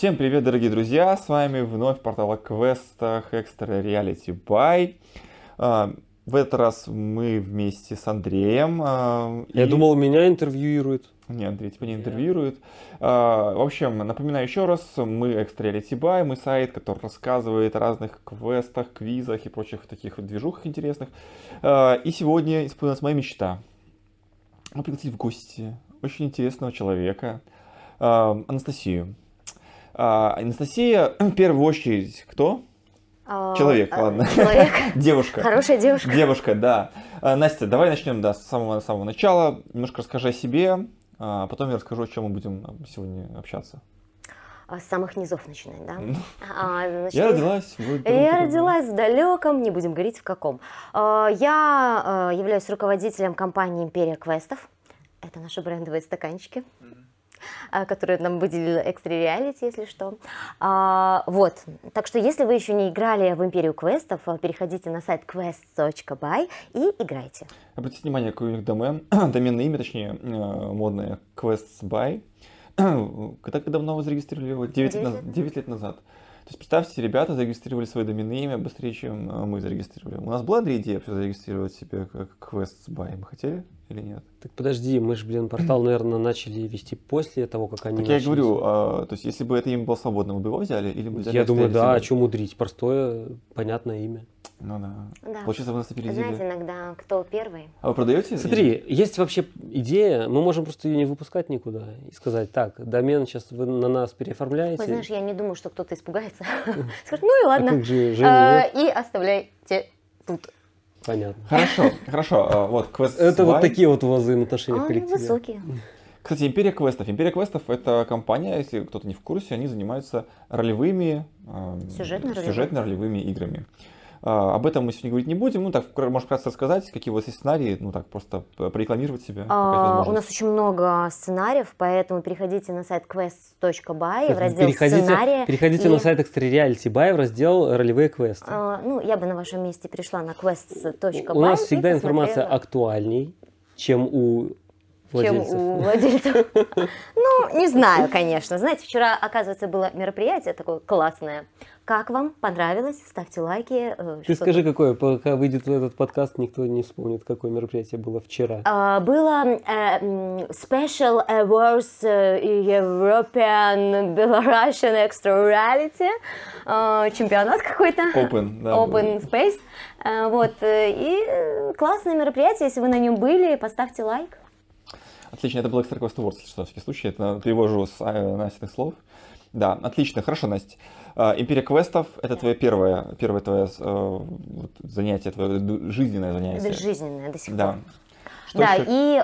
Всем привет, дорогие друзья! С вами вновь портал о квестах Extra Reality Buy. В этот раз мы вместе с Андреем. Я думал, меня интервьюируют. Нет, Андрей тебя не интервьюирует. В общем, напоминаю еще раз, мы Extra Reality Buy, мы сайт, который рассказывает о разных квестах, квизах и прочих таких вот движухах интересных. И сегодня исполнилась моя мечта. Пригласить в гости очень интересного человека, Анастасию. Анастасия, в первую очередь, кто? Человек, ладно. Человек. Девушка. Хорошая девушка. Девушка, да. Настя, давай начнем с самого начала. Немножко расскажи о себе, а потом я расскажу, о чем мы будем сегодня общаться. С самых низов начинать, да? Значит, я родилась в далеком, не будем говорить в каком. Я являюсь руководителем компании «Империя квестов». Это наши брендовые стаканчики, которые нам выделили Extra Reality, если что. Вот. Так что, если вы еще не играли в Империю квестов, переходите на сайт quest.by и играйте. Обратите внимание, какой у них доменное имя, точнее, модное, Quests.by. Когда давно вы зарегистрировали его? 9 лет назад. То есть, представьте, ребята зарегистрировали свое доменное имя быстрее, чем мы зарегистрировали. У нас была идея зарегистрировать себе как Quests.by. Мы хотели или нет? Так подожди, мы же, портал, наверное, начали вести после того, как они начали. Я говорю, то есть, если бы это имя было свободно, мы бы его взяли? Или мы взяли? Я думаю, да, а что мудрить? Простое, понятное имя. Ну да. Получается, вы нас опередили. Знаете, иногда кто первый. А вы продаете? Смотри, есть вообще идея, мы можем просто ее не выпускать никуда и сказать, так, домен сейчас вы на нас переоформляете. Ой, знаешь, я не думаю, что кто-то испугается. Скажет, ну и ладно. И оставляйте тут. Понятно. Хорошо. Вот, Quest. Это вот такие вот у вас взаимоотношения в коллективе. Высокие. Кстати, Империя квестов. Империя квестов — это компания, если кто-то не в курсе, они занимаются ролевыми, сюжетно-ролевыми играми. Об этом мы сегодня говорить не будем. Может, вкратце рассказать, какие у вас есть сценарии, просто порекламировать себя. У нас очень много сценариев, поэтому переходите на сайт quest.by в раздел «Сценарии». Переходите на сайт Extra Reality Buy в раздел «Ролевые квесты». Я бы на вашем месте перешла на quest.by. У нас всегда информация актуальней, чем у владельцев. Не знаю, конечно. Знаете, вчера, оказывается, было мероприятие такое классное. Как вам? Понравилось? Ставьте лайки. Ты скажи, какое, пока выйдет этот подкаст, никто не вспомнит, какое мероприятие было вчера. Было Special Awards European Belarusian Extra Reality, чемпионат какой-то. Open Space. Вот. И классное мероприятие, если вы на нем были, поставьте лайк. Отлично, это был Extra Quest Awards, если что, на всякий случай. Это перевожу с Настиных слов. Да, отлично, хорошо, Настя. Империя квестов — это твое первое твое занятие, твое жизненное занятие. Жизненное до сих пор. Да, и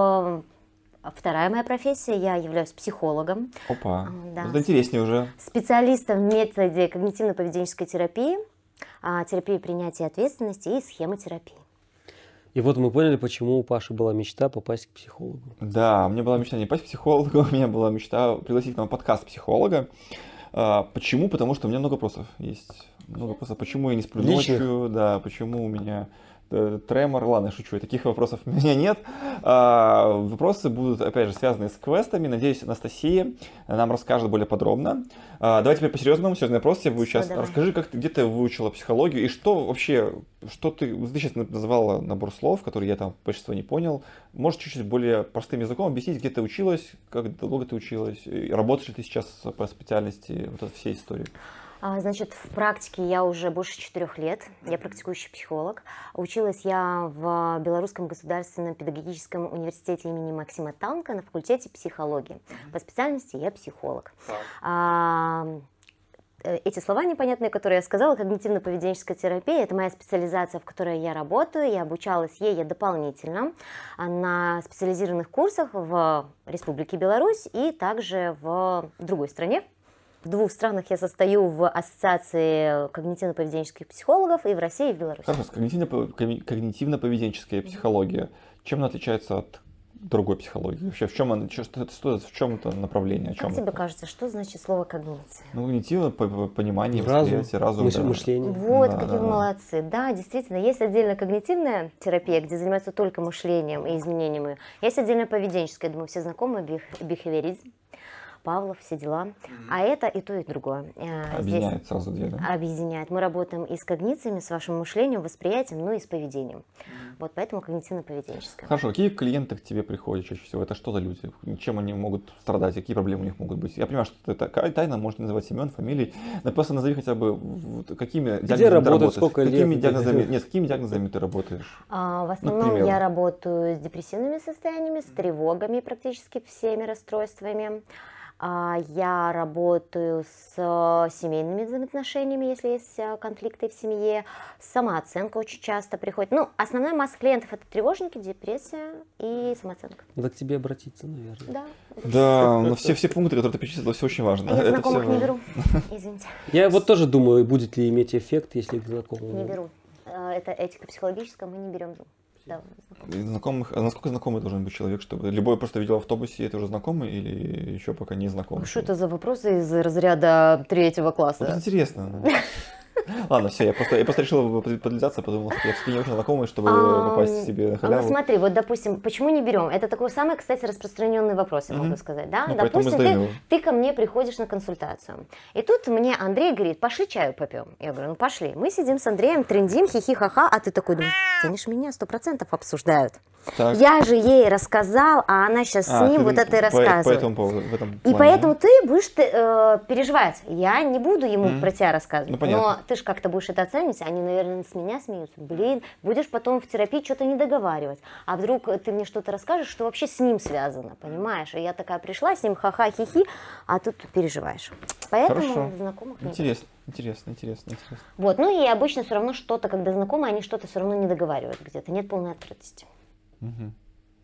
вторая моя профессия, я являюсь психологом. Опа, это интереснее уже. Специалистом в методе когнитивно-поведенческой терапии, терапии принятия ответственности и схемотерапии. И вот мы поняли, почему у Паши была мечта попасть к психологу. Да, у меня была мечта не попасть к психологу, у меня была мечта пригласить на подкаст психолога. Почему? Потому что у меня много вопросов есть. Много вопросов. Почему я не сплю ночью? Да, почему у меня тремор? Ладно, шучу, таких вопросов у меня нет. Вопросы будут, опять же, связаны с квестами. Надеюсь, Анастасия нам расскажет более подробно. Давай теперь по-серьезному, серьезный вопрос тебе будет сейчас. Давай. Расскажи, где ты выучила психологию и что вообще, ты сейчас называла набор слов, которые я там большинство не понял. Можешь чуть-чуть более простым языком объяснить, где ты училась, как долго ты училась, и работаешь ли ты сейчас по специальности, вот этой всей истории? Значит, в практике я уже больше 4 лет, я практикующий психолог. Училась я в Белорусском государственном педагогическом университете имени Максима Танка на факультете психологии. По специальности я психолог. Эти слова непонятные, которые я сказала, когнитивно-поведенческая терапия, это моя специализация, в которой я работаю, я обучалась ей дополнительно на специализированных курсах в Республике Беларусь и также в другой стране. В 2 странах я состою в ассоциации когнитивно-поведенческих психологов и в России, и в Беларуси. Хорошо, когнитивно-поведенческая психология, чем она отличается от другой психологии? Вообще, в чем это направление? Как тебе кажется, что значит слово когниция? Когнитивное понимание, восприятие, разум. Мышление. Вот, какие вы молодцы. Да, действительно, есть отдельно когнитивная терапия, где занимаются только мышлением и изменением ее. Есть отдельно поведенческая, я думаю, все знакомы, бихевиоризм. Павлов, все дела. А это и то, и другое. Объединяет сразу две, да? Объединяет. Мы работаем и с когнициями, с вашим мышлением, восприятием, ну и с поведением. Вот поэтому когнитивно-поведенческое. Хорошо, какие клиенты к тебе приходят чаще всего? Это что за люди? Чем они могут страдать? Какие проблемы у них могут быть? Я понимаю, что это тайна, можно называть имен, фамилий, но просто назови хотя бы, какими диагнозами ты работаешь. Сколько какими лет? диагнозами, нет, с какими диагнозами ты работаешь? В основном я работаю с депрессивными состояниями, с тревогами, практически всеми расстройствами. Я работаю с семейными взаимоотношениями, если есть конфликты в семье. Самооценка очень часто приходит. Ну, основная масса клиентов — это тревожники, депрессия и самооценка. Надо к тебе обратиться, наверное. Да. Да, но все пункты, которые ты перечислила, все очень важно. Я знакомых не беру, извините. Я вот тоже думаю, будет ли иметь эффект, если к знакомым. Не беру. Это этика психологическая, мы не берем. Да, знакомых. А насколько знакомый должен быть человек, чтобы любой просто видел в автобусе, это уже знакомый или еще пока не знакомый? Что это за вопросы из разряда 3-го класса? Вот интересно. Ладно, все, я просто решил подлизаться, подумал, что я все-таки не очень знакомый, чтобы попасть себе на халяву. Смотри, вот допустим, почему не берем? Это такой самый, кстати, распространенный вопрос, я могу сказать, да? Ну, допустим, ты ко мне приходишь на консультацию, и тут мне Андрей говорит: пошли чаю попьем. Я говорю: ну пошли. Мы сидим с Андреем, трендим, хихи-ха-ха, а ты такой думаешь: они ж меня 100% обсуждают. Так. Я же ей рассказал, а она сейчас с ним вот это и рассказывает. По этому поводу, в этом плане, и поэтому ты будешь переживать. Я не буду ему про тебя рассказывать. Ну, но ты же как-то будешь это оценивать, они, наверное, с меня смеются. Блин, будешь потом в терапии что-то не договаривать. А вдруг ты мне что-то расскажешь, что вообще с ним связано, понимаешь? И я такая пришла с ним, ха-ха, хихи, а тут переживаешь. Поэтому знакомых нет. Интересно. Вот, ну и обычно все равно что-то, когда знакомые, они что-то все равно не договаривают где-то, нет полной открытости. Угу.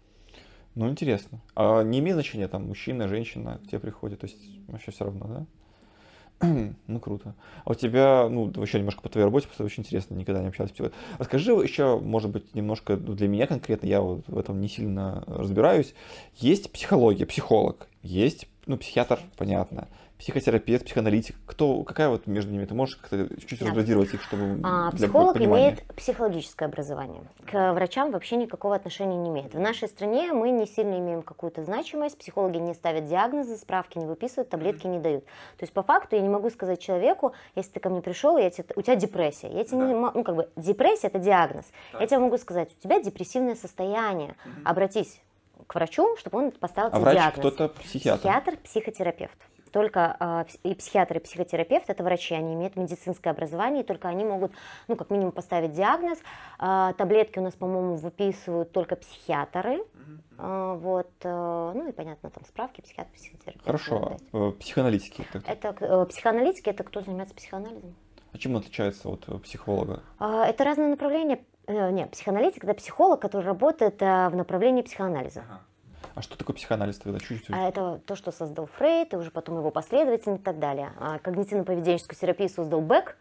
Ну, интересно. А не имеет значения, там, мужчина, женщина к тебе приходят, то есть вообще все равно, да? Ну, круто. А у тебя, ну, вообще немножко по твоей работе, просто очень интересно, никогда не общалась. Расскажи еще, может быть, немножко для меня конкретно, я вот в этом не сильно разбираюсь. Есть психология, психолог, есть, ну, психиатр, понятно, психотерапевт, психоаналитик. Какая вот между ними? Ты можешь как-то чуть-чуть разградировать их, чтобы психолог имеет психологическое образование. К врачам вообще никакого отношения не имеет. В нашей стране мы не сильно имеем какую-то значимость. Психологи не ставят диагнозы, справки не выписывают, таблетки не дают. То есть по факту я не могу сказать человеку: если ты ко мне пришел, у тебя депрессия. Я тебе ну, как бы, депрессия — это диагноз. Я тебе могу сказать: у тебя депрессивное состояние. Обратись к врачу, чтобы он поставил тебе диагноз. А врач кто-то психиатр? Психиатр, психотерапевт. Только и психиатр, и психотерапевт — это врачи, они имеют медицинское образование, и только они могут, ну, как минимум, поставить диагноз. Таблетки у нас, по-моему, выписывают только психиатры. Вот, ну и понятно, там справки, психиатр, психотерапевт. Хорошо, психоаналитики? Психоаналитики — это кто занимается психоанализом. А чем он отличается от психолога? Это разные направления. Нет, психоаналитик — это психолог, который работает в направлении психоанализа. А что такое психоанализ тогда? Чуть-чуть. Это то, что создал Фрейд, и уже потом его последователи и так далее. Когнитивно-поведенческую терапию создал Бек.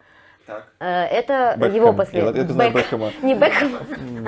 Это Бекхэм. Его последователь. Я знаю Бекхэма. Не Бекхэма.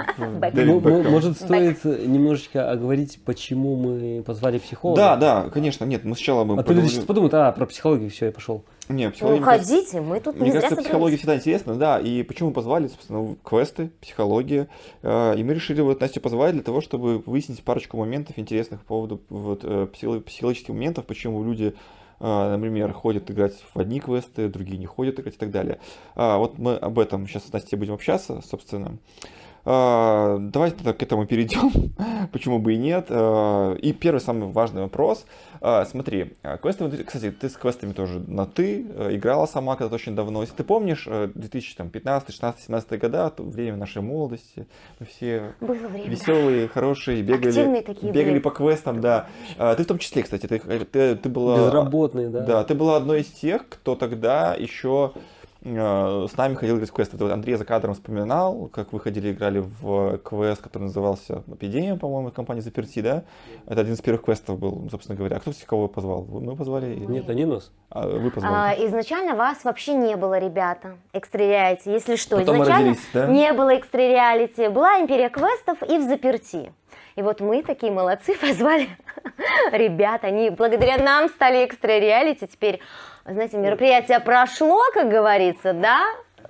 Может, стоит немножечко оговорить, почему мы позвали психолога? Да, конечно. Нет, мы сначала... А то люди сейчас подумают: про психологию все, я пошел. Не, психология... Уходите, мы тут не зря собрались. Мне кажется, психология всегда интересна, да. И почему мы позвали, собственно, квесты, психология. И мы решили вот Настю позвать для того, чтобы выяснить парочку моментов интересных по поводу психологических моментов, почему люди... например, ходят играть в одни квесты, другие не ходят играть и так далее. Вот мы об этом сейчас с Настей будем общаться, собственно. Давайте тогда к этому перейдем, почему бы и нет. И первый самый важный вопрос. Смотри, квесты, кстати, ты с квестами тоже на «ты» играла сама когда-то очень давно. Если ты помнишь, 2015, 16, 17 года, то время нашей молодости, мы все веселые, хорошие, бегали по квестам, да. Ты в том числе, кстати, ты была... Безработный, да. Да, ты была одной из тех, кто тогда еще... с нами ходил играть в квесты. Вот Андрей за кадром вспоминал, как вы ходили, играли в квест, который назывался «Эпидемия», по-моему, компании «Заперти», да? Это один из первых квестов был, собственно говоря. А кто кого позвал? Мы позвали? Нет, они нас. Вы позвали? Изначально вас вообще не было, ребята. Экстра-реалити, если что. Потом изначально родились, да? Не было экстра-реалити. Была империя квестов и в «Заперти». И вот мы такие молодцы позвали ребят, они благодаря нам стали экстра-реалити. Теперь, знаете, мероприятие прошло, как говорится, да?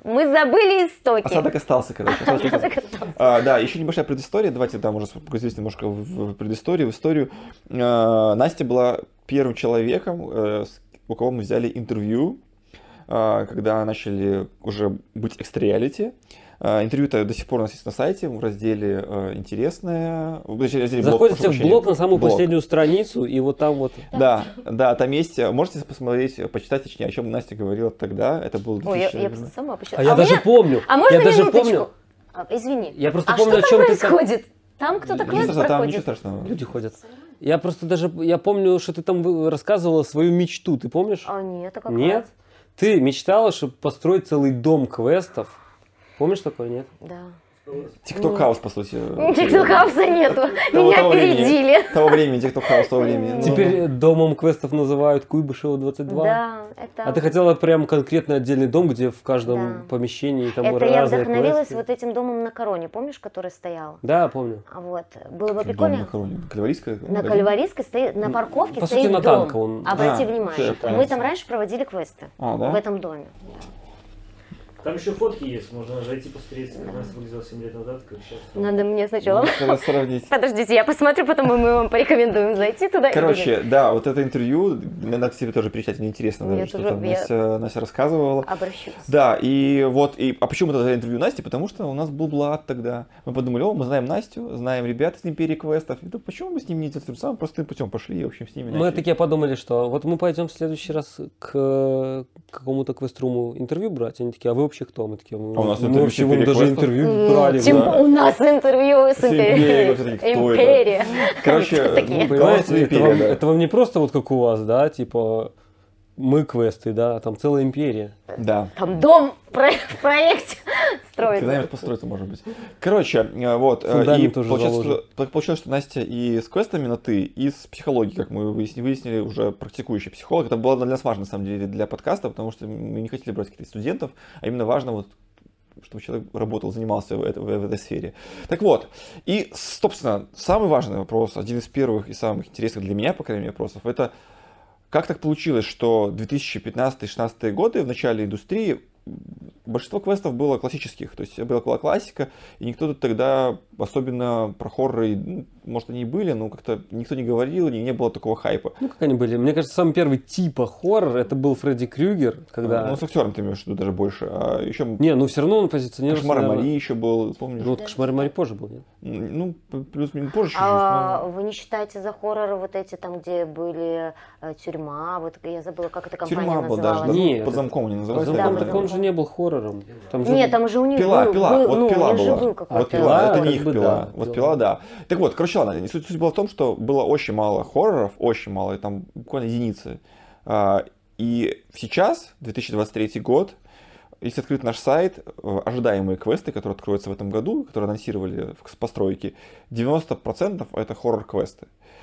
Мы забыли истоки. Осадок остался, короче. Да, еще небольшая предыстория. Давайте, да, можно погрузиться немножко в предысторию, в историю. Настя была первым человеком, у кого мы взяли интервью, когда начали уже быть экстра-реалити. Интервью-то до сих пор у нас есть на сайте в разделе «Интересное». Заходите в блог на самую последнюю страницу, и вот там вот... Да, там есть. Можете посмотреть, почитать, точнее, о чем Настя говорила тогда. Это был 2000... Ой, я просто сама почитала. А я даже помню. А можно я даже минуточку? Извини. Я просто помню, о что чем там ты происходит? Там кто-то квест Там ничего проходит. страшного. Люди ходят. Я просто даже... Я помню, что ты там рассказывала свою мечту. Ты помнишь? Нет, а какая? Нет? Ты мечтала, чтобы построить целый дом квестов. Помнишь такое, нет? Да. Тикток-хаус, по сути. Тикток-хауса нету. Меня опередили. Того времени, Тикток-хаус того времени. Теперь домом квестов называют Куйбышева 22. Да, это... А ты хотела прям конкретно отдельный дом, где в каждом помещении там это я разные вдохновилась квесты? вот этим домом на Короне, помнишь, который стоял? Да, помню. Вот. Было бы Дом прикольно. на Короне. Кальварийская? На Кальварийской стоит, на парковке По сути, стоит на дом. Танка он. Обрати всё, я внимание. понял. Мы там раньше проводили квесты. Да? В этом доме. Там еще фотки есть, можно зайти посмотреть, как нас выглядело 7 лет назад, как сейчас. Надо мне сначала... Надо сравнить. Подождите, я посмотрю, потом мы вам порекомендуем зайти туда. Короче, да, вот это интервью, надо к тебе тоже перечитать, мне интересно, Мне даже, что тоже, там Настя рассказывала. Обращусь. Да, и вот, а почему тогда интервью Насти? Потому что у нас был Влад тогда. Мы подумали, мы знаем Настю, знаем ребят из Империи Квестов, и да почему мы с ними не идем самым простым путем пошли, и, в общем, с ними Мы начали. такие подумали, что вот мы пойдем в следующий раз к какому-то квеструму интервью брать. Они такие, а вы вообще кто? Мы такие, у нас мы интервью вообще с вон Империей даже Квестов. интервью брали. да. У нас интервью с Империей, Империей. кто это? Империя. Короче, Кто такие? ну, Понимаете, классная империя, да. это вам не просто вот как у вас, да, типа мы квесты, да, там целая империя. Да. Там дом в проекте строится. Когда-нибудь построиться, может быть. Короче, вот. Фундамент И уже получилось, что Настя и с квестами на «ты», и с психологией, как мы выяснили, уже практикующий психолог. Это было для нас важно, на самом деле, для подкаста, потому что мы не хотели брать каких-то студентов, а именно важно, вот, чтобы человек работал, занимался в этой сфере. Так вот, и, собственно, самый важный вопрос, один из первых и самых интересных для меня, по крайней мере, вопросов, это как так получилось, что 2015-2016 годы в начале индустрии большинство квестов было классических, то есть была классика, и никто тут тогда, особенно про хорроры, ну, может, они и были, но как-то никто не говорил, и не было такого хайпа. Ну, как они были? Мне кажется, самый первый типа хоррор, это был Фредди Крюгер, когда... Ну, с актером ты имеешь в виду даже больше, а еще... Не, ну все равно он позиционировался... Кошмар наверное... Мари еще был, помнишь? Ну, вот Кошмар Мари позже был, нет? Ну, плюс-минус позже чуть-чуть, Вы не считаете за хорроры вот эти там, где были тюрьма, вот я забыла, как эта компания Тюрьма была даже, называлась. да? Нет, Под замком не называется. Замком, Да, так он же не был хоррором. Там же... Нет, там же у них Пила, был, пила, был, вот ну, пила у них же была. был какой-то... Вот пила, это не как их бы пила. да, Вот пила. пила, да. Так вот, короче, ладно, суть была в том, что было очень мало хорроров, очень мало, и там буквально единицы. И сейчас, 2023 год, если открыть наш сайт, ожидаемые квесты, которые откроются в этом году, которые анонсировали в постройке, 90% это хоррор-квесты.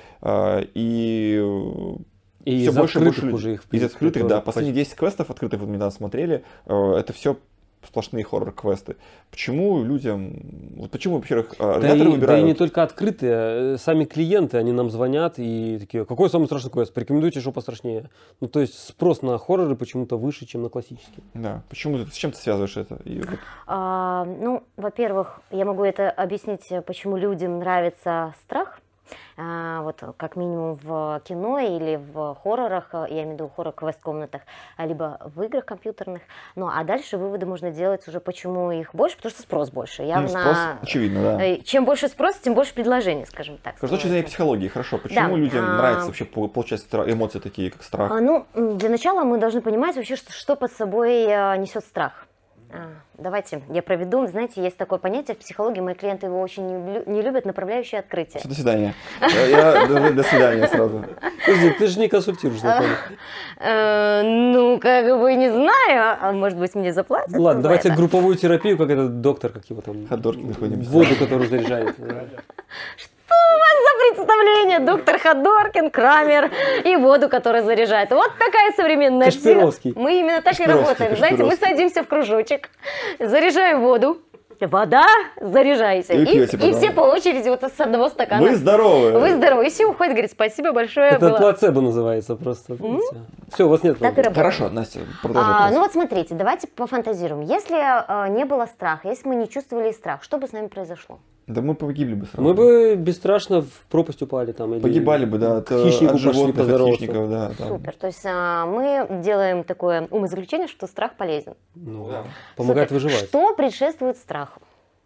И из все больше и больше открытых уже их, в из принципе, открытых, тоже да. Последние 10 квестов открытых, вот мы недавно смотрели, это все сплошные хоррор-квесты. Почему людям... Вот почему, во-первых, редакторы выбирают... Да и не только открытые, сами клиенты, они нам звонят и такие, какой самый страшный квест? Порекомендуйте, что пострашнее. Ну, то есть спрос на хорроры почему-то выше, чем на классические. Да, почему, с чем ты связываешь это? И вот... Ну, во-первых, я могу это объяснить, почему людям нравится страх. Вот как минимум в кино или в хоррорах, я имею в виду хоррор-квест-комнатах, либо в играх компьютерных. Ну, а дальше выводы можно делать уже, почему их больше, потому что спрос больше. Явно, спрос, очевидно, да. Чем больше спрос, тем больше предложений, скажем так. С точки зрения психологии, хорошо. Почему Да. людям нравится вообще получать эмоции такие, как страх? Ну, для начала мы должны понимать вообще, что под собой несет страх. Давайте я проведу. Знаете, есть такое понятие в психологии, мои клиенты его очень не любят, направляющее открытие. До свидания. До свидания сразу. Подожди, ты же не консультируешь, напомню. Ну, как бы не знаю, а может быть мне заплатят. Ладно, за давайте это. групповую терапию, как этот доктор, как его там, Ходорки находим. воду, которую заряжает. За представление, доктор Ходоркин, Крамер и воду, которая заряжает. Вот такая современная Кашпировский. Мы именно так и Кашпировский, работаем. Знаете, мы Кашпировский. садимся в кружочек, заряжаю воду, вода, заряжайся. И пьете И потом. все по очереди вот с одного стакана. Вы здоровы. Вы здоровы. И все уходят, говорит, спасибо большое. Это было. плацебо называется просто. Все, у вас нет Так и проблем. работает. Хорошо, Настя, продолжай. Ну вот смотрите, давайте пофантазируем. Если не было страха, если мы не чувствовали страх, что бы с нами произошло? Да мы погибли бы сразу. Мы бы бесстрашно в пропасть упали там. Или Погибали бы, да, к хищнику от пошли животных, от поздороваться. хищников, да. там. Супер. То есть мы делаем такое умозаключение, что страх полезен. Ну, Да. помогает Супер. выживать. Что предшествует страху?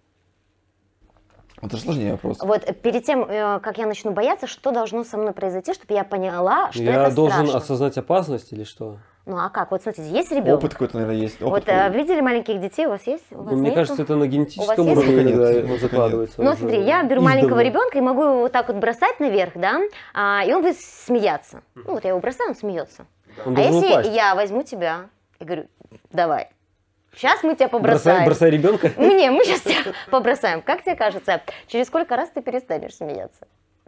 Это же сложнее вопрос. Вот перед тем, как я начну бояться, что должно со мной произойти, чтобы я поняла, что Я это должен страшно? осознать опасность или что? Ну а как? Вот смотрите, есть ребенок. Опыт какой-то, наверное, есть. Вот Опыт какой-то. видели маленьких детей? У вас есть? У вас Ну, мне нету? кажется, это на генетическом есть? уровне Пока нет, иногда пока нет. закладывается. Ну, уже смотри, я беру издавна. маленького ребенка и могу его вот так вот бросать наверх, да, и он будет смеяться. Ну, вот я его бросаю, он смеется. Он А должен если упасть. я возьму тебя и говорю, давай, сейчас мы тебя побросаем. Бросай ребенка. Не, мы сейчас тебя побросаем. Как тебе кажется, через сколько раз ты перестанешь смеяться?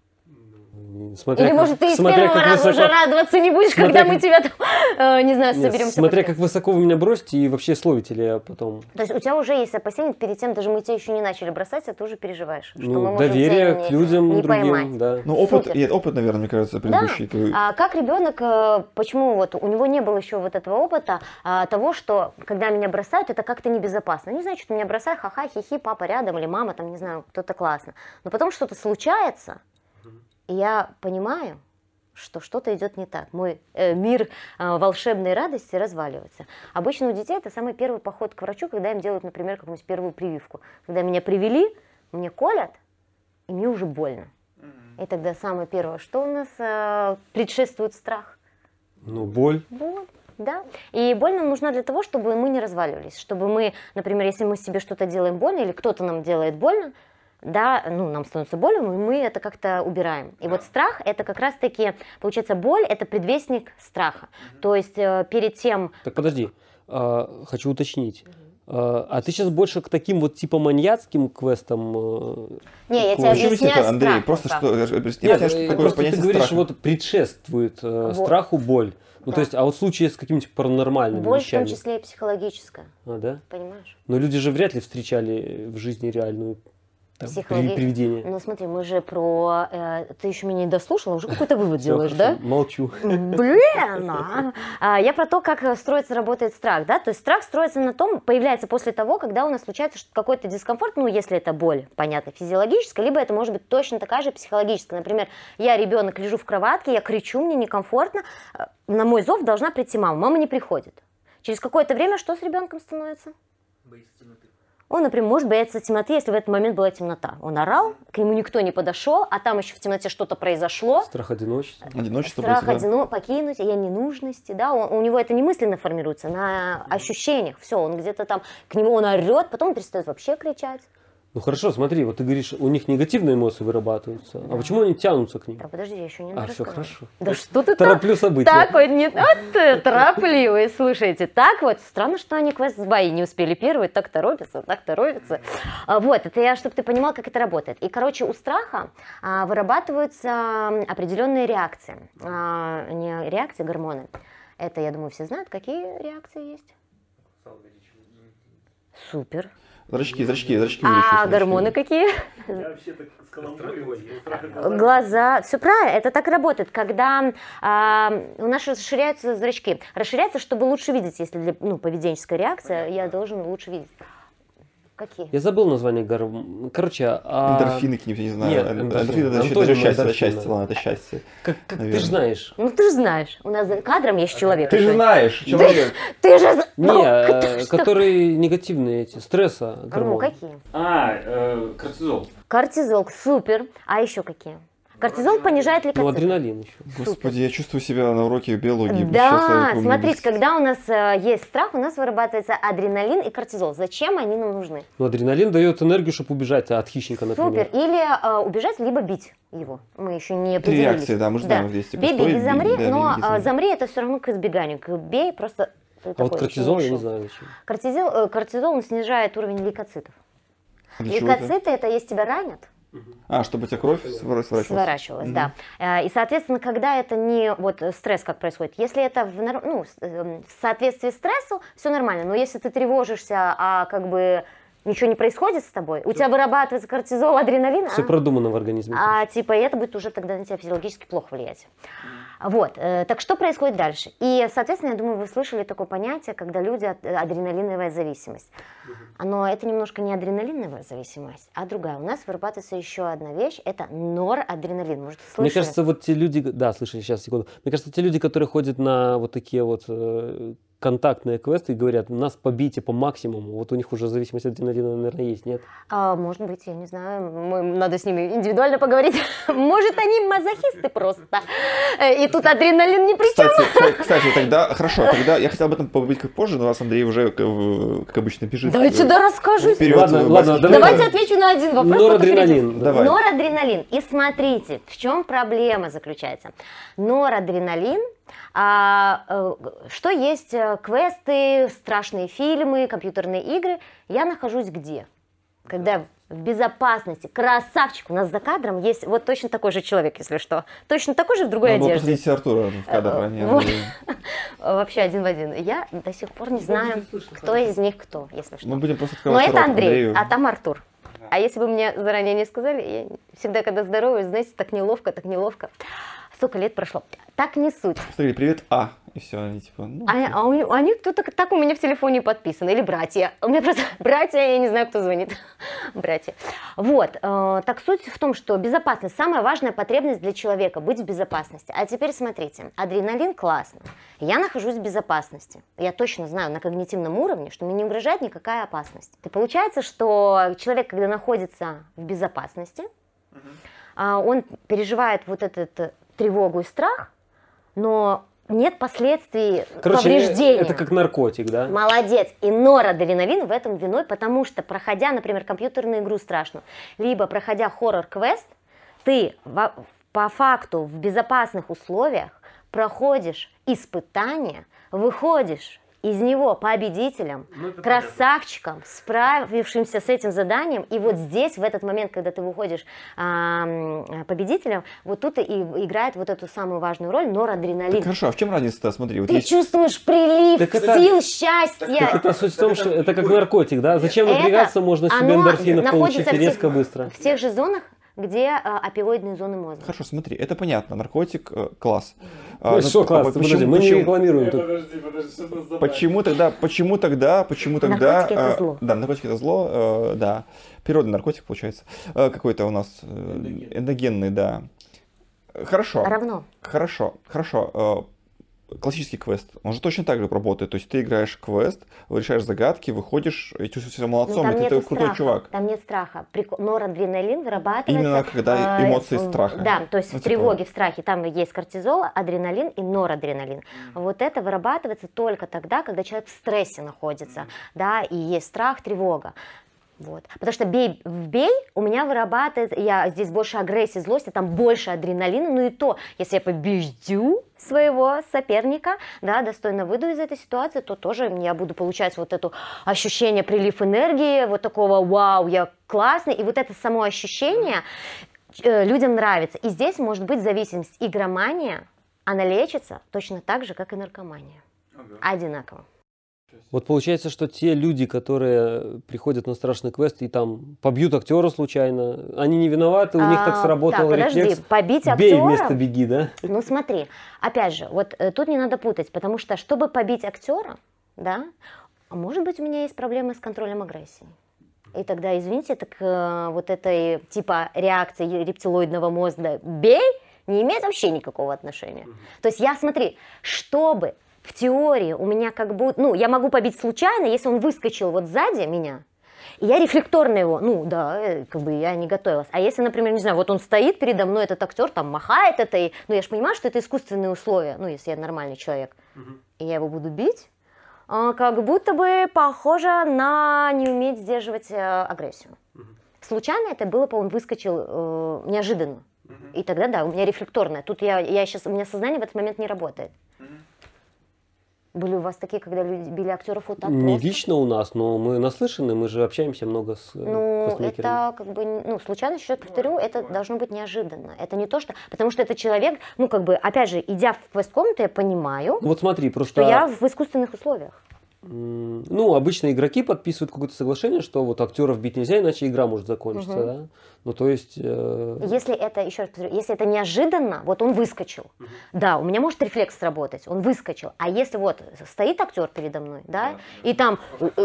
Смотря Или, как- может, ты с смотря первого как раза уже высоко- радоваться не будешь, смотря когда как- мы тебя там, не знаю, Нет, соберемся. смотря под как высоко вы меня бросите и вообще словите ли я потом. То есть у тебя уже есть опасения перед тем, даже мы тебя еще не начали бросать, а ты уже переживаешь, что мы Ну, можем доверие тебя к людям не другим, поймать. да. Ну, опыт, Супер. и опыт, наверное, мне кажется, предыдущий. твой. А как ребенок, почему вот у него не было еще вот этого опыта того, что когда меня бросают, это как-то небезопасно. Не знаю, что меня бросают, ха-ха, хихи, папа рядом или мама, там, не знаю, кто-то классно. Но потом что-то случается, и я понимаю, что что-то идет не так. Мой мир волшебной радости разваливается. Обычно у детей это самый первый поход к врачу, когда им делают, например, какую-нибудь первую прививку. Когда меня привели, мне колят, и мне уже больно. И тогда самое первое, что у нас предшествует страх? Ну, боль. Боль. Да? И боль нам нужна для того, чтобы мы не разваливались. Чтобы мы, например, если мы себе что-то делаем больно, или кто-то нам делает больно, да, ну, нам становится больно, и мы это как-то убираем. И вот страх, это как раз-таки, получается, боль, это предвестник страха. То есть перед тем... Так подожди, хочу уточнить. А ты сейчас больше к таким вот типа маньяцким квестам? Не, я тебе Почему объясняю это, Андрей? страх Просто пока. что... Нет, Объясняешь, какое просто ты понятие говоришь, страха. вот предшествует страху боль. Ну, Да. то есть, а вот в случае с какими-то паранормальными Боль в том вещами. числе и психологическая, А, да? понимаешь? Но люди же вряд ли встречали в жизни реальную там, привидение. Ну смотри, мы же про... ты еще меня не дослушала, уже какой-то вывод Всё, делаешь, хорошо, да? молчу. Блин! Я про то, как строится, работает страх, да? То есть страх строится на том, появляется после того, когда у нас случается какой-то дискомфорт, ну, если это боль, понятно, физиологическая, либо это может быть точно такая же психологическая. Например, я ребенок, лежу в кроватке, я кричу, мне некомфортно, на мой зов должна прийти мама, мама не приходит. Через какое-то время что с ребенком становится? Боится темноты. Он, например, может бояться темноты, если в этот момент была темнота. Он орал, к нему никто не подошел, а там еще в темноте что-то произошло. Страх одиночества. Одиночество Страх будет, да. покинуть, я ненужности, да, у него это не мысленно формируется, на ощущениях, все, он где-то там, к нему он орет, потом он перестает вообще кричать. Ну хорошо, смотри, вот ты говоришь, у них негативные эмоции вырабатываются. А почему они тянутся к ним? Так, подожди, я еще не А, все рассказала. хорошо. Да что ты Тороплю события. такой, не ты торопливый, слушайте, так вот, странно, что они квест с Баи не успели первый, так торопятся. Вот, это я, чтобы ты понимал, как это работает. И, короче, у страха вырабатываются определенные реакции, не реакции, гормоны. Это, я думаю, все знают, какие реакции есть. Супер. Зрачки увеличиваются, А зрачки. гормоны какие? Я вообще так с каламбурил. Глаза. Все правильно, это так и работает. Когда у нас расширяются зрачки. Расширяются, чтобы лучше видеть, если для поведенческая реакция, я должен лучше видеть. Какие? Я забыл название гормонов. Короче, Эндорфины какие-нибудь, я не знаю. Нет, Эндорфины это антоним счастье, это эндорфина. счастье, ладно, это счастье. как ты наверное. же знаешь. Ну ты же знаешь, у нас за кадром есть человек. Ты же знаешь, человек. Ты же... Не, которые негативные эти, стресса Ну, гормоны. какие? Кортизол. Кортизол, супер. А еще какие? Кортизол понижает Ну, лейкоциты. адреналин еще. Господи, я чувствую себя на уроке биологии. Да, смотрите, когда у нас есть страх, у нас вырабатывается адреналин и кортизол. Зачем они нам нужны? Ну, адреналин дает энергию, чтобы убежать от хищника, Супер. например. Или убежать, либо бить его. Мы еще не Три определились. реакции, да, мы же знаем, есть типа Бей, стой, беги, замри, да, но беги, замри. замри это все равно к избеганию. Бей просто... А вот кортизол я не знаю зачем. Кортизол он снижает уровень лейкоцитов. Для чего это? Лейкоциты это если тебя ранят, Чтобы у тебя кровь сворачивалась. сворачивалась, да. И, соответственно, когда это не вот стресс как происходит, если это в соответствии с стрессу, все нормально, но если ты тревожишься, а как бы Ничего не происходит с тобой? У тебя вырабатывается кортизол, адреналин? Все продумано в организме. Типа это будет уже тогда на тебя физиологически плохо влиять. Вот. Так что происходит дальше? И, соответственно, я думаю, вы слышали такое понятие, когда люди адреналиновая зависимость. Но это немножко не адреналиновая зависимость, а другая. У нас вырабатывается еще одна вещь, это норадреналин. Может, слышали? Мне кажется, вот те люди, да, слышали, сейчас, секунду. Мне кажется, те люди, которые ходят на вот такие вот контактные квесты и говорят, нас побейте по максимуму, вот у них уже зависимость от адреналина, наверное, есть, нет? Может быть, я не знаю, надо с ними индивидуально поговорить. Может, они мазохисты просто. И тут адреналин ни при чем. Кстати, тогда, хорошо, тогда я хотел об этом поговорить как позже, но раз Андрей уже, как обычно, бежит. Давайте сюда расскажу. Ладно, давайте отвечу на один вопрос. Норадреналин. Давай. Норадреналин. И смотрите, в чем проблема заключается. Норадреналин, что есть квесты, страшные фильмы, компьютерные игры. Я нахожусь где? Когда в безопасности. Красавчик. У нас за кадром есть вот точно такой же человек, если что. Точно такой же в другой одежде. Посадите Артура в кадр. Вообще один в один. Я до сих пор не знаю, кто из них кто, если что. Мы будем просто Но открывать это рот Андрей, Андрею. а там Артур. А если бы мне заранее не сказали, я всегда, когда здороваюсь, знаете, так неловко. Столько лет прошло. Так не суть. Смотри, привет, и все, они типа... Они кто-то так у меня в телефоне подписаны, или братья. У меня просто братья, я не знаю, кто звонит. Братья. Вот. Так суть в том, что безопасность, самая важная потребность для человека, быть в безопасности. А теперь смотрите, адреналин классно. Я нахожусь в безопасности. Я точно знаю на когнитивном уровне, что мне не угрожает никакая опасность. И получается, что человек, когда находится в безопасности, он переживает вот этот тревогу и страх, но нет последствий повреждений. Это как наркотик, да? Молодец. И норадреналин в этом виной, потому что, проходя, например, компьютерную игру страшную, либо проходя хоррор-квест, ты по факту в безопасных условиях проходишь испытание, выходишь из него победителем, красавчиком, справившимся с этим заданием. И вот здесь, в этот момент, когда ты выходишь победителем, вот тут и играет вот эту самую важную роль норадреналин. Так хорошо, а в чем разница-то? Смотри, вот ты есть... чувствуешь прилив сил, счастья. Так это суть в том, что это как наркотик, да? Зачем напрягаться, можно себе эндорфинов получить резко, быстро. В тех же зонах, где опиоидные зоны мозга. Хорошо, смотри, это понятно, наркотик, класс. Что класс? Подожди, мы не рекламируем тут. Подожди, что за Почему тогда? Наркотики это зло. Да, наркотики это зло, да. Природный наркотик, получается. Какой-то у нас эндогенный, да. Хорошо. Равно. Хорошо. Классический квест, он же точно так же работает. То есть ты играешь квест, решаешь загадки, выходишь и чувствуешь себя молодцом, и ты крутой чувак. Там нет страха. Норадреналин вырабатывается... Именно когда эмоции страха. Да, то есть в тревоге, в страхе, там есть кортизол, адреналин и норадреналин. Вот это вырабатывается только тогда, когда человек в стрессе находится, да, и есть страх, тревога. Вот. Потому что бей у меня вырабатывает, я здесь больше агрессии, злости, там больше адреналина, ну и то, если я побеждю своего соперника, да, достойно выйду из этой ситуации, то тоже я буду получать вот это ощущение, прилив энергии, вот такого вау, я классный, и вот это само ощущение людям нравится. И здесь может быть зависимость. Игромания, она лечится точно так же, как и наркомания. Одинаково. Вот получается, что те люди, которые приходят на страшный квест и там побьют актера случайно, они не виноваты, у них так сработал рефлекс. Побить актера? Бей вместо беги, да? Ну смотри, опять же, вот тут не надо путать, потому что, чтобы побить актера, да, может быть, у меня есть проблемы с контролем агрессии. И тогда, извините, так вот этой типа реакции рептилоидного мозга «бей» не имеет вообще никакого отношения. То есть я, смотри, чтобы... В теории у меня как будто, я могу побить случайно, если он выскочил вот сзади меня, и я рефлекторно его, как бы я не готовилась. А если, например, не знаю, вот он стоит передо мной, этот актер там махает этой, я же понимаю, что это искусственные условия, если я нормальный человек, и я его буду бить, как будто бы похоже на не уметь сдерживать агрессию. Случайно это было, он выскочил неожиданно, и тогда, да, у меня рефлекторное, тут у меня сознание в этот момент не работает. Были у вас такие, когда люди били актеров вот так Не просто? лично у нас, но мы наслышаны, мы же общаемся много с квестмейкерами. Это как бы, случайно, еще повторю, это должно быть неожиданно. Это не то, что... Потому что это человек, опять же, идя в квест-комнату, я понимаю, Вот смотри, просто... что я в искусственных условиях. Ну, обычно игроки подписывают какое-то соглашение, что вот актеров бить нельзя, иначе игра может закончиться, да? Ну, то есть... Если это, еще раз повторю, если это неожиданно, вот он выскочил, да, у меня может рефлекс сработать, он выскочил, а если вот стоит актер передо мной, да, и там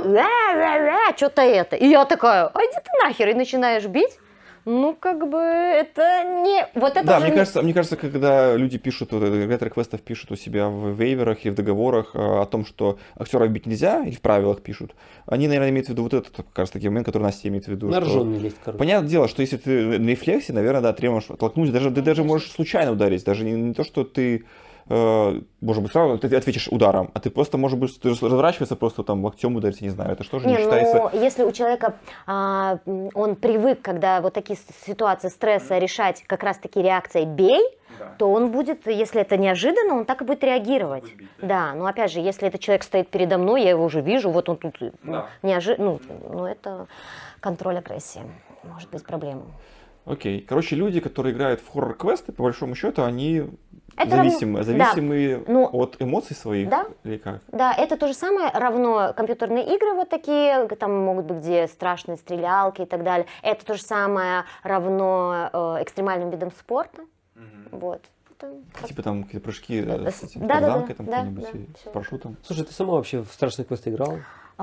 что-то это, и я такая, а иди ты нахер, и начинаешь бить, ну, как бы, это не... Вот это Да, уже мне кажется, когда люди пишут, вот, ретро квестов пишут у себя в вейверах и в договорах о том, что актеров бить нельзя, и в правилах пишут, они, наверное, имеют в виду вот этот, как раз таки момент, который Настя имеет в виду. На рожон не лезть, короче. Понятное дело, что если ты на рефлексе, наверное, да, ты можешь оттолкнуть, ты даже можешь случайно ударить, даже не то, что ты... может быть, сразу ты ответишь ударом, а ты просто, может быть, разворачиваться, просто там локтем ударить, я не знаю, это что же не считается... Ну, если у человека, он привык, когда вот такие ситуации стресса решать как раз-таки реакцией «бей», то он будет, если это неожиданно, он так и будет реагировать. Да, но опять же, если этот человек стоит передо мной, я его уже вижу, вот он тут неожиданно, ну, это контроль агрессии, может быть проблема. Окей. Короче, люди, которые играют в хоррор-квесты, по большому счету, они это зависимы да. от эмоций своих, да. Или как? Да, это то же самое, равно компьютерные игры вот такие, там могут быть где страшные стрелялки и так далее. Это то же самое равно экстремальным видам спорта. Вот. Типа там какие-то прыжки с тарзанкой, там какой-нибудь, с парашютом. Слушай, ты сама вообще в страшные квесты играла?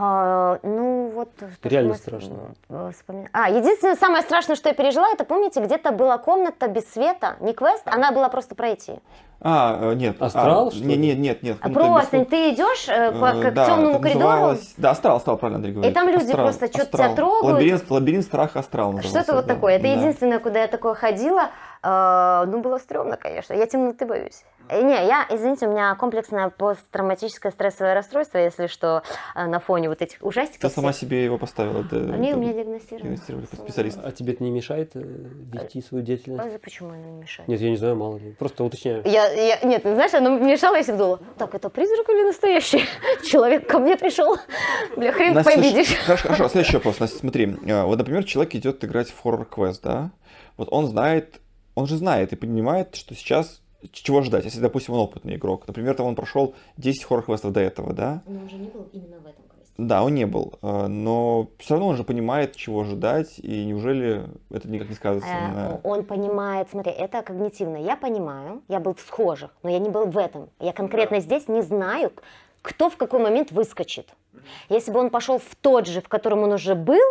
Ну вот... Реально страшно. Единственное, самое страшное, что я пережила, это, помните, где-то была комната без света, не квест, она была просто пройти. Нет. Астрал, что ли? Нет. Просто ты идешь к темному коридору. Да, Астрал, правильно Андрей говорит. И там люди просто что-то тебя трогают. Лабиринт страха Астрал назывался. Что-то вот такое. Это единственное, куда я такое ходила. Ну, было стрёмно, конечно. Я темноты боюсь. Извините, у меня комплексное посттравматическое стрессовое расстройство, если что, на фоне вот этих ужастиков. Ты сама себе его поставила? У меня диагностировали. Специалист. А тебе это не мешает вести свою деятельность? Почему оно не мешает? Нет, я не знаю, мало ли. Просто уточняю. Нет, знаешь, оно мешало, если бы думала, так, это призрак или настоящий? Человек ко мне пришел. Бля, хрен победишь. Хорошо, следующий вопрос. Настя, смотри. Вот, например, человек идет играть в хоррор-квест, да? Вот он же знает и понимает, что сейчас чего ждать, если, допустим, он опытный игрок. Например, там он прошел 10 хоррор-квестов до этого, да? Но он же не был именно в этом квесте. Да, он не был, но все равно он же понимает, чего ждать, и неужели это никак не сказывается на... Он понимает, смотри, это когнитивно. Я понимаю, я был в схожих, но я не был в этом. Я конкретно здесь не знаю, кто в какой момент выскочит. Если бы он пошел в тот же, в котором он уже был,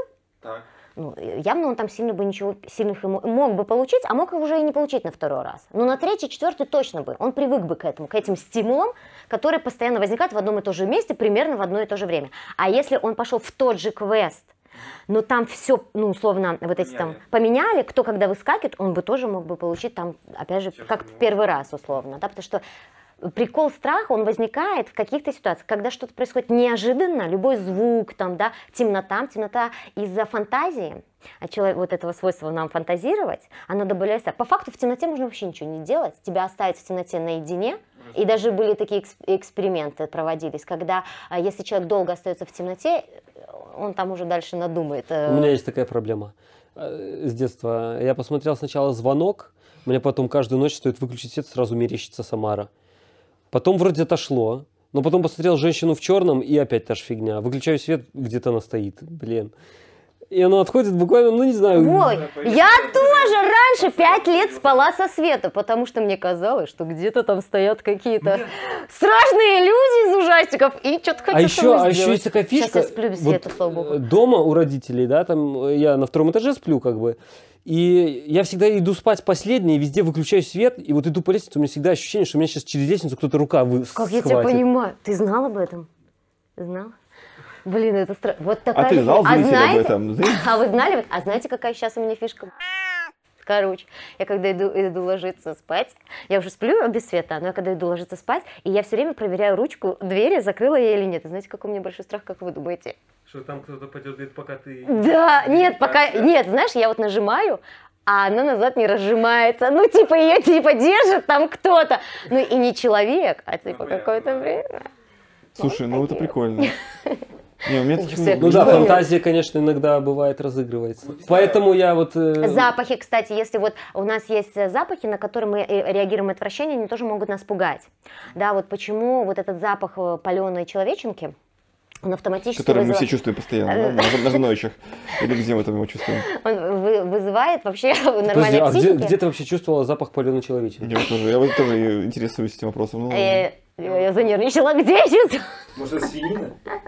ну, явно он там сильно бы ничего сильных мог бы получить, а мог уже и не получить на второй раз. Но на третий, четвертый точно бы. Он привык бы к этим стимулам, которые постоянно возникают в одном и том же месте, примерно в одно и то же время. А если он пошел в тот же квест, но там все, ну, условно, вот эти там поменяли, кто когда выскакивает, он бы тоже мог бы получить там, опять же, как в первый раз, условно, да, потому что прикол страха, он возникает в каких-то ситуациях, когда что-то происходит неожиданно, любой звук, там, да, темнота из-за фантазии, а человек, вот этого свойства нам фантазировать, оно добавляется. По факту в темноте можно вообще ничего не делать, тебя оставить в темноте наедине, и даже были такие эксперименты проводились, когда если человек долго остается в темноте, он там уже дальше надумает. У меня есть такая проблема с детства. Я посмотрел сначала «Звонок», мне потом каждую ночь стоит выключить свет, сразу мерещится Самара. Потом вроде отошло, но потом посмотрел «Женщину в черном» и опять та же фигня. Выключаю свет, где-то она стоит, блин. И оно отходит буквально, ну не знаю. Ой, я тоже раньше 5 лет спала со света, потому что мне казалось, что где-то там стоят какие-то страшные люди из ужастиков, и что-то хочу А еще есть такая фишка. Сейчас я сплю без света, слава богу. Дома у родителей, да, там я на втором этаже сплю как бы. И я всегда иду спать последний, везде выключаю свет, и вот иду по лестнице, у меня всегда ощущение, что у меня сейчас через лестницу кто-то рука схватит. Как я тебя понимаю. Ты знал об этом? Знал? Блин, это страшно. Вот такая... А ты знал, зритель об этом? А вы знали? А знаете, какая сейчас у меня фишка? Короче, я когда иду ложиться спать, я уже сплю без света, но я когда иду ложиться спать, и я все время проверяю ручку двери, закрыла я или нет. И знаете, какой у меня большой страх, как вы думаете? Что там кто-то подергает, пока ты... Да, нет, пока... Нет, знаешь, я вот нажимаю, а она назад не разжимается. Ну, типа, ее типа держит там кто-то. Ну, и не человек, а типа какое-то время. Слушай, ну это прикольно. Не, у меня ну да, фантазия, конечно, иногда бывает разыгрывается. Поэтому я вот... Запахи, кстати, если вот у нас есть запахи, на которые мы реагируем отвращением, они тоже могут нас пугать. Да, вот почему вот этот запах паленой человеченки, он автоматически Который мы все чувствуем постоянно, да? На женочах. Или где мы там его чувствуем? Он вызывает вообще Подожди, нормальной а психики. где ты вообще чувствовала запах паленой человечины? Я вот тоже интересуюсь этим вопросом. Ну, Я занервничала, где я чувствую? Может, это свинина?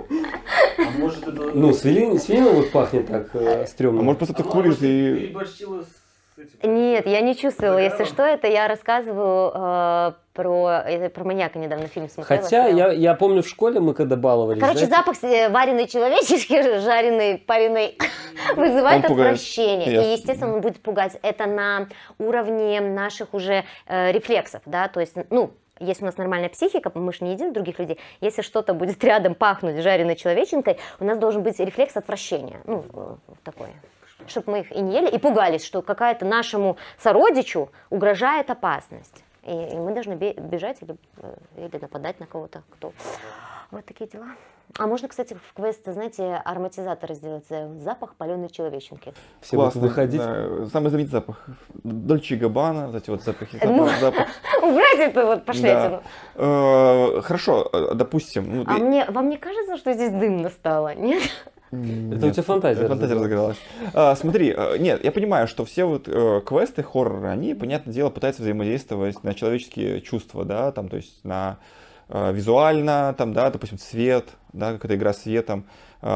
А может, это... Ну, свинина вот пахнет так стрёмно. а может просто ты куришь и... Переборщила с этим? Нет, я не чувствовала. Если Загаром? что, это я рассказываю про маньяка недавно фильм смотрела. Хотя сериал. я помню в школе мы когда баловались. Короче, знаете, запах вареной человеческий, жареной, пареной, вызывает Он пугает. отвращение. Ясно. И, естественно, он будет пугать. Это на уровне наших уже рефлексов, да, то есть, ну, если у нас нормальная психика, мы же не едим других людей, если что-то будет рядом пахнуть жареной человеченкой, у нас должен быть рефлекс отвращения, ну, такой, чтобы мы их и не ели, и пугались, что какая-то нашему сородичу угрожает опасность. И мы должны бежать или нападать на кого-то, кто... Вот такие дела. А можно, кстати, в квест, знаете, ароматизаторы сделать, запах паленой человеченки. все будут Классно, выходить. да. Самый знаменитый запах. Дольче Габбана, вот эти вот запахи. Ну, запах. Убрать эту вот пошлятину. Да. Хорошо, допустим. Ну, А вам не кажется, что здесь дымно стало, нет? Это у тебя фантазия Фантазия разыгралась. Смотри, нет, я понимаю, что все вот квесты, хорроры, они, понятное дело, пытаются взаимодействовать на человеческие чувства, да, там, то есть на визуально, там, да, допустим, цвет, да, какая-то игра светом,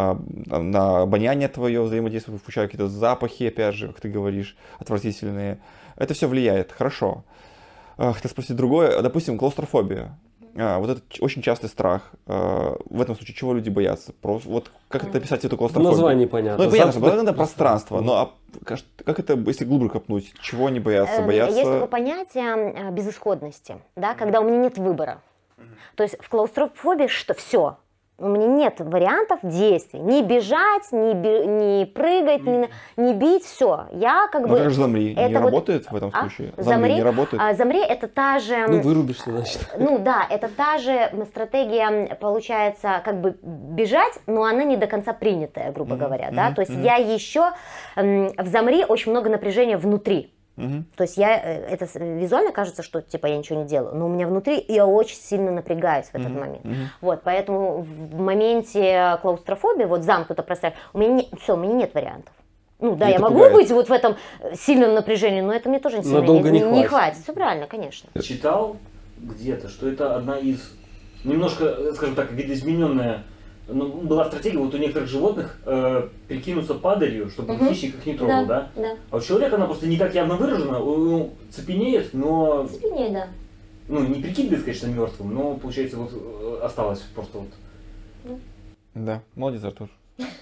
на обоняние твое взаимодействует, включая какие-то запахи, опять же, как ты говоришь, отвратительные. Это все влияет, хорошо. Хотел спросить другое, допустим, клаустрофобия. Вот это очень частый страх. В этом случае чего люди боятся? Просто, вот как это описать эту В клаустрофобию? названии понятно. Ну, понятно, что Запах- это пространство, но как это, если глубже копнуть, чего они боятся? Есть такое понятие безысходности, да, когда у меня нет выбора. То есть в клаустрофобии что все. У меня нет вариантов действий. Не бежать, не прыгать, не бить, все. Я как Ну бы... как же замри? Не это вот- работает в этом случае? Замри не работает? Замри это та же... Ну, вырубишься, значит. Ну да, это та же стратегия, получается, как бы бежать, но она не до конца принятая, грубо говоря, да, то есть я еще, в замри очень много напряжения внутри. То есть это визуально кажется, что типа я ничего не делаю, но у меня внутри я очень сильно напрягаюсь в этот момент. Вот, поэтому в моменте клаустрофобии, вот замкнуто пространство, у меня нет вариантов. Ну да, И я это могу пугает. быть вот в этом сильном напряжении, но это мне тоже сильно Надолго не не хватит. хватит. Все правильно, конечно. Читал где-то, что это одна из, немножко, скажем так, видоизмененная, ну, была стратегия вот у некоторых животных прикинуться падалью, чтобы хищник их не трогал, да? Да. А у человека она просто не так явно выражена, он цепенеет, но Спине, да. ну, не прикидывает, конечно, мертвым, но получается вот осталось просто вот. Да, молодец, Артур.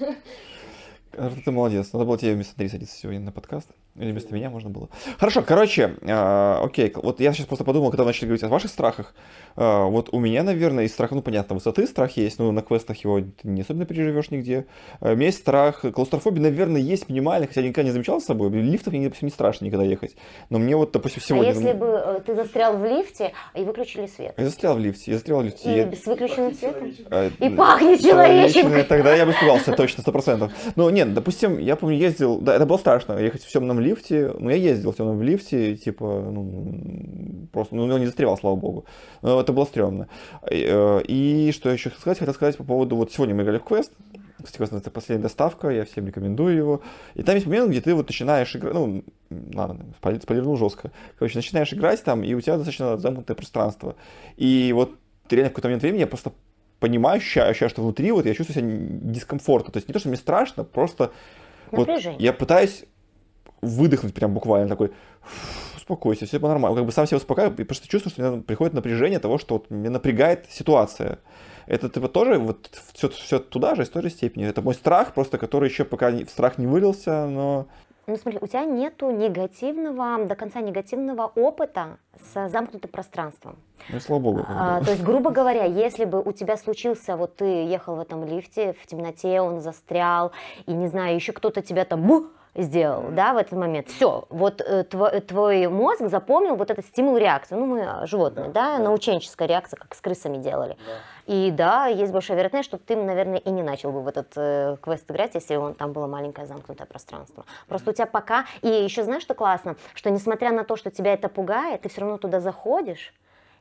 Артур, ты молодец. Надо было тебе вместо Андрея садиться сегодня на подкаст. Или вместо меня можно было. Хорошо, короче, окей. Вот я сейчас просто подумал, когда вы начали говорить о ваших страхах. Вот у меня, наверное, из страха, ну, понятно, высоты страх есть, но на квестах его ты не особенно переживешь нигде. У меня есть страх, клаустрофобия, наверное, есть минимальный, хотя я никогда не замечал с собой. Лифтов мне, допустим, не страшно никогда ехать. Но мне вот, допустим, сегодня... А если бы ты застрял в лифте и выключили свет? Я застрял в лифте, И с выключенным светом? И И пахнет человеченкой. Тогда я бы испугался, точно, 100%. Ну, нет, допустим, я помню, ездил, да, это было страшно, ехать в темном лифте, ну, я ездил в темном лифте, типа, ну, просто, ну, он не застревал, слава богу, но это было стрёмно. И что еще хотел сказать по поводу, вот сегодня мы играли в квест, кстати, квест называется «Последняя доставка», я всем рекомендую его, и там есть момент, где ты вот начинаешь играть, ну, ладно, спойлернул жестко, короче, начинаешь играть там, и у тебя достаточно замкнутое пространство, и вот ты реально в какой-то момент времени я просто понимаю, ощущаю, что внутри вот я чувствую себя дискомфортно. То есть не то, что мне страшно, просто вот я пытаюсь выдохнуть прям буквально такой, успокойся, все по-нормальному. Как бы сам себя успокаиваю, и просто чувствую, что у меня приходит напряжение того, что вот меня напрягает ситуация. Это типа тоже вот все туда же, из той же степени. Это мой страх, просто который еще пока в страх не вылился, но... Ну смотри, у тебя нету до конца негативного опыта с замкнутым пространством. Ну, слава богу. То есть, грубо говоря, если бы у тебя случился, вот ты ехал в этом лифте, в темноте, он застрял, и, не знаю, еще кто-то тебя там сделал, да, в этот момент. Все, вот твой мозг запомнил вот этот стимул-реакцию. Ну, мы животные, да, наученческая реакция, как с крысами делали. И да, есть большая вероятность, что ты, наверное, и не начал бы в этот квест играть, если там было маленькое замкнутое пространство. Просто у тебя пока... И еще знаешь, что классно? Что несмотря на то, что тебя это пугает, ты все равно туда заходишь,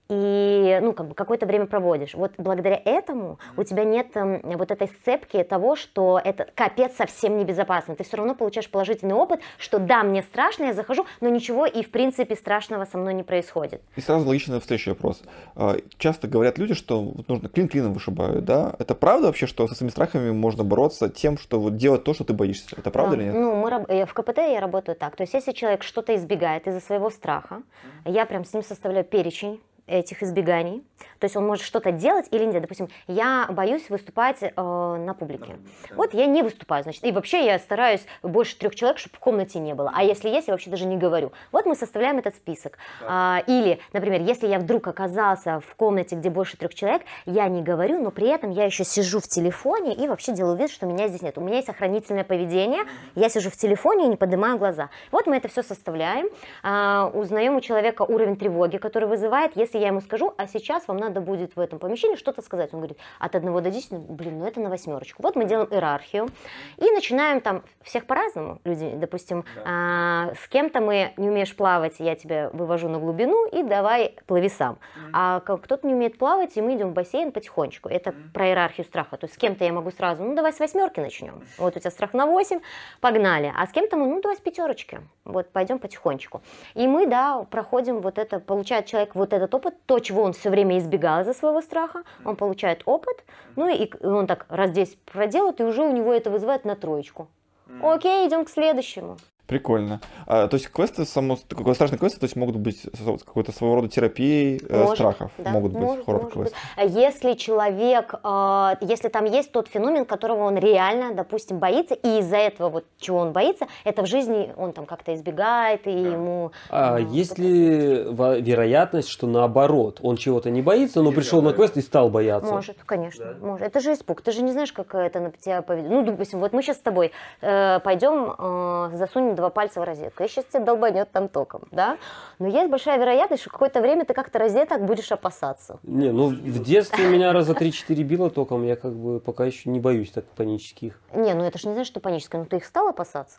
и, ну, как бы какое-то время проводишь. Вот благодаря этому у тебя нет вот этой сцепки того, что это капец совсем небезопасно. Ты все равно получаешь положительный опыт, что да, мне страшно, я захожу, но ничего и в принципе страшного со мной не происходит. И сразу логично следующий вопрос. Часто говорят люди, что нужно клин клином вышибают, да? Это правда вообще, что со своими страхами можно бороться тем, что вот делать то, что ты боишься? Это правда или нет? Ну, в КПТ я работаю так. То есть если человек что-то избегает из-за своего страха, я прям с ним составляю перечень этих избеганий. То есть он может что-то делать или нет. Допустим, я боюсь выступать на публике. Вот я не выступаю, значит. И вообще я стараюсь больше 3 человек, чтобы в комнате не было. А если есть, я вообще даже не говорю. Вот мы составляем этот список. Или, например, если я вдруг оказался в комнате, где больше 3 человек, я не говорю, но при этом я еще сижу в телефоне и вообще делаю вид, что меня здесь нет. У меня есть охранительное поведение, я сижу в телефоне и не поднимаю глаза. Вот мы это все составляем, узнаем у человека уровень тревоги, который вызывает. Если я ему скажу, а сейчас вам надо будет в этом помещении что-то сказать. Он говорит, от 1 до 10, блин, ну это на 8. Вот мы делаем иерархию и начинаем там всех по-разному. Люди, допустим, с кем-то мы не умеешь плавать, я тебя вывожу на глубину и давай плыви сам. А кто-то не умеет плавать, и мы идем в бассейн потихонечку. Это про иерархию страха. То есть с кем-то я могу сразу, ну давай с 8 начнем. Вот у тебя страх на 8, погнали. А с кем-то мы, ну давай с 5. Вот пойдем потихонечку. И мы, да, проходим вот это, получает человек вот этот опыт, то, чего он все время избегал из-за своего страха, он получает опыт, ну и он так раз 10 проделает, и уже у него это вызывает на 3. Окей, идем к следующему. Прикольно. То есть квесты, страшные квесты, то есть могут быть какой-то своего рода терапией страхов. Да, могут быть хоррор-квесты. Если человек, если там есть тот феномен, которого он реально, допустим, боится, и из-за этого, вот чего он боится, это в жизни он там как-то избегает, и ему... Есть ли вероятность, что наоборот, он чего-то не боится, но пришел на квест и стал бояться? Может, конечно, может. Это же испуг, ты же не знаешь, как это на тебя поведет. Ну, допустим, вот мы сейчас с тобой пойдем, засунем 2 пальца в розетку, и сейчас тебя долбанет там током, да? Но есть большая вероятность, что какое-то время ты как-то розеток будешь опасаться. Не, ну в детстве меня раза 3-4 било током, я как бы пока еще не боюсь так панических. Не, ну это же не значит, что паническое, но ты их стал опасаться?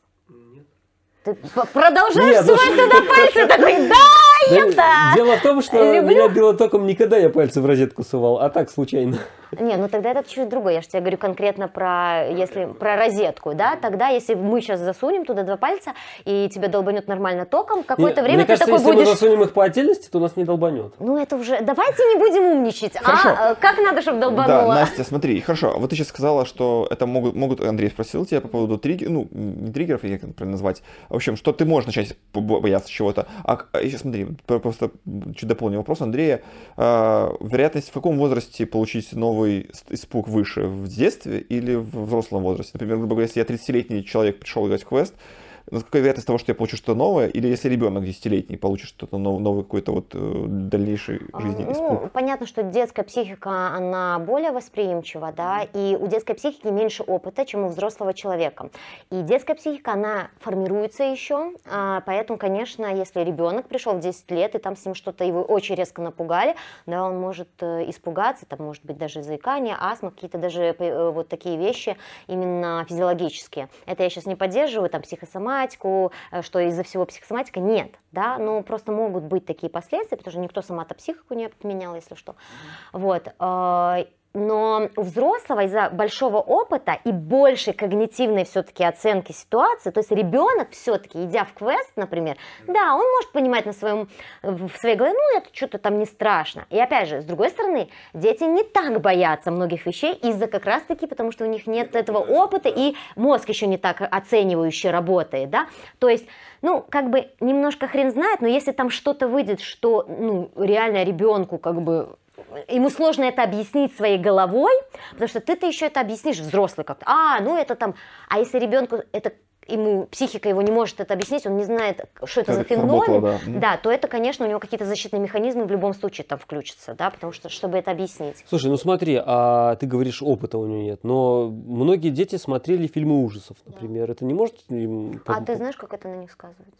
Ты продолжаешь сувать туда пальцы, такой, да, это! Дело в том, что меня било током никогда я пальцы в розетку сувал, а так случайно. Не, ну тогда это чуть другое. Я же тебе говорю конкретно про розетку, да? Тогда, если мы сейчас засунем туда 2 пальца, и тебя долбанет нормально током, какое-то время ты такой будешь... если мы засунем их по отдельности, то нас не долбанет. Ну это уже... Давайте не будем умничать. Хорошо. Как надо, чтобы долбануло? Да, Настя, смотри, хорошо. Вот ты сейчас сказала, что это могут... Андрей спросил тебя по поводу триггеров, ну, не триггеров, как это правильно назвать. В общем, что ты можешь начать бояться чего-то. А еще смотри, просто чуть дополню вопрос Андрея. Вероятность в каком возрасте получить новый испуг выше, в детстве или в взрослом возрасте? Например, грубо говоря, если я 30-летний человек пришел играть в квест, какая вероятность того, что я получу что-то новое, или если ребенок 10-летний получит что-то новое, какой-то вот дальнейшей жизни испуг? Ну, понятно, что детская психика, она более восприимчива, да, и у детской психики меньше опыта, чем у взрослого человека. И детская психика, она формируется еще, поэтому, конечно, если ребенок пришел в 10 лет, и там с ним что-то его очень резко напугали, да, он может испугаться, там может быть даже заикание, астма, какие-то даже вот такие вещи именно физиологические. Это я сейчас не поддерживаю, там, психосоматику, что из-за всего психосоматика, нет, да, но просто могут быть такие последствия, потому что никто соматопсихику не отменял, если что, вот. Но у взрослого из-за большого опыта и большей когнитивной все-таки оценки ситуации, то есть ребенок все-таки, идя в квест, например, да, он может понимать в своей голове, ну это что-то там не страшно. И опять же, с другой стороны, дети не так боятся многих вещей из-за как раз-таки, потому что у них нет этого опыта, и мозг еще не так оценивающе работает, да, то есть, ну, как бы немножко хрен знает, но если там что-то выйдет, что, ну, реально ребенку как бы... Ему сложно это объяснить своей головой, потому что ты-то еще это объяснишь взрослый как-то. Ну это там... А если ребенку это... Ему психика его не может это объяснить, он не знает, что это за феномен, да, то это, конечно, у него какие-то защитные механизмы в любом случае там включатся, да, потому что, чтобы это объяснить. Слушай, ну смотри, а ты говоришь, опыта у него нет, но многие дети смотрели фильмы ужасов, например, это не может им... А ты знаешь, как это на них сказывается?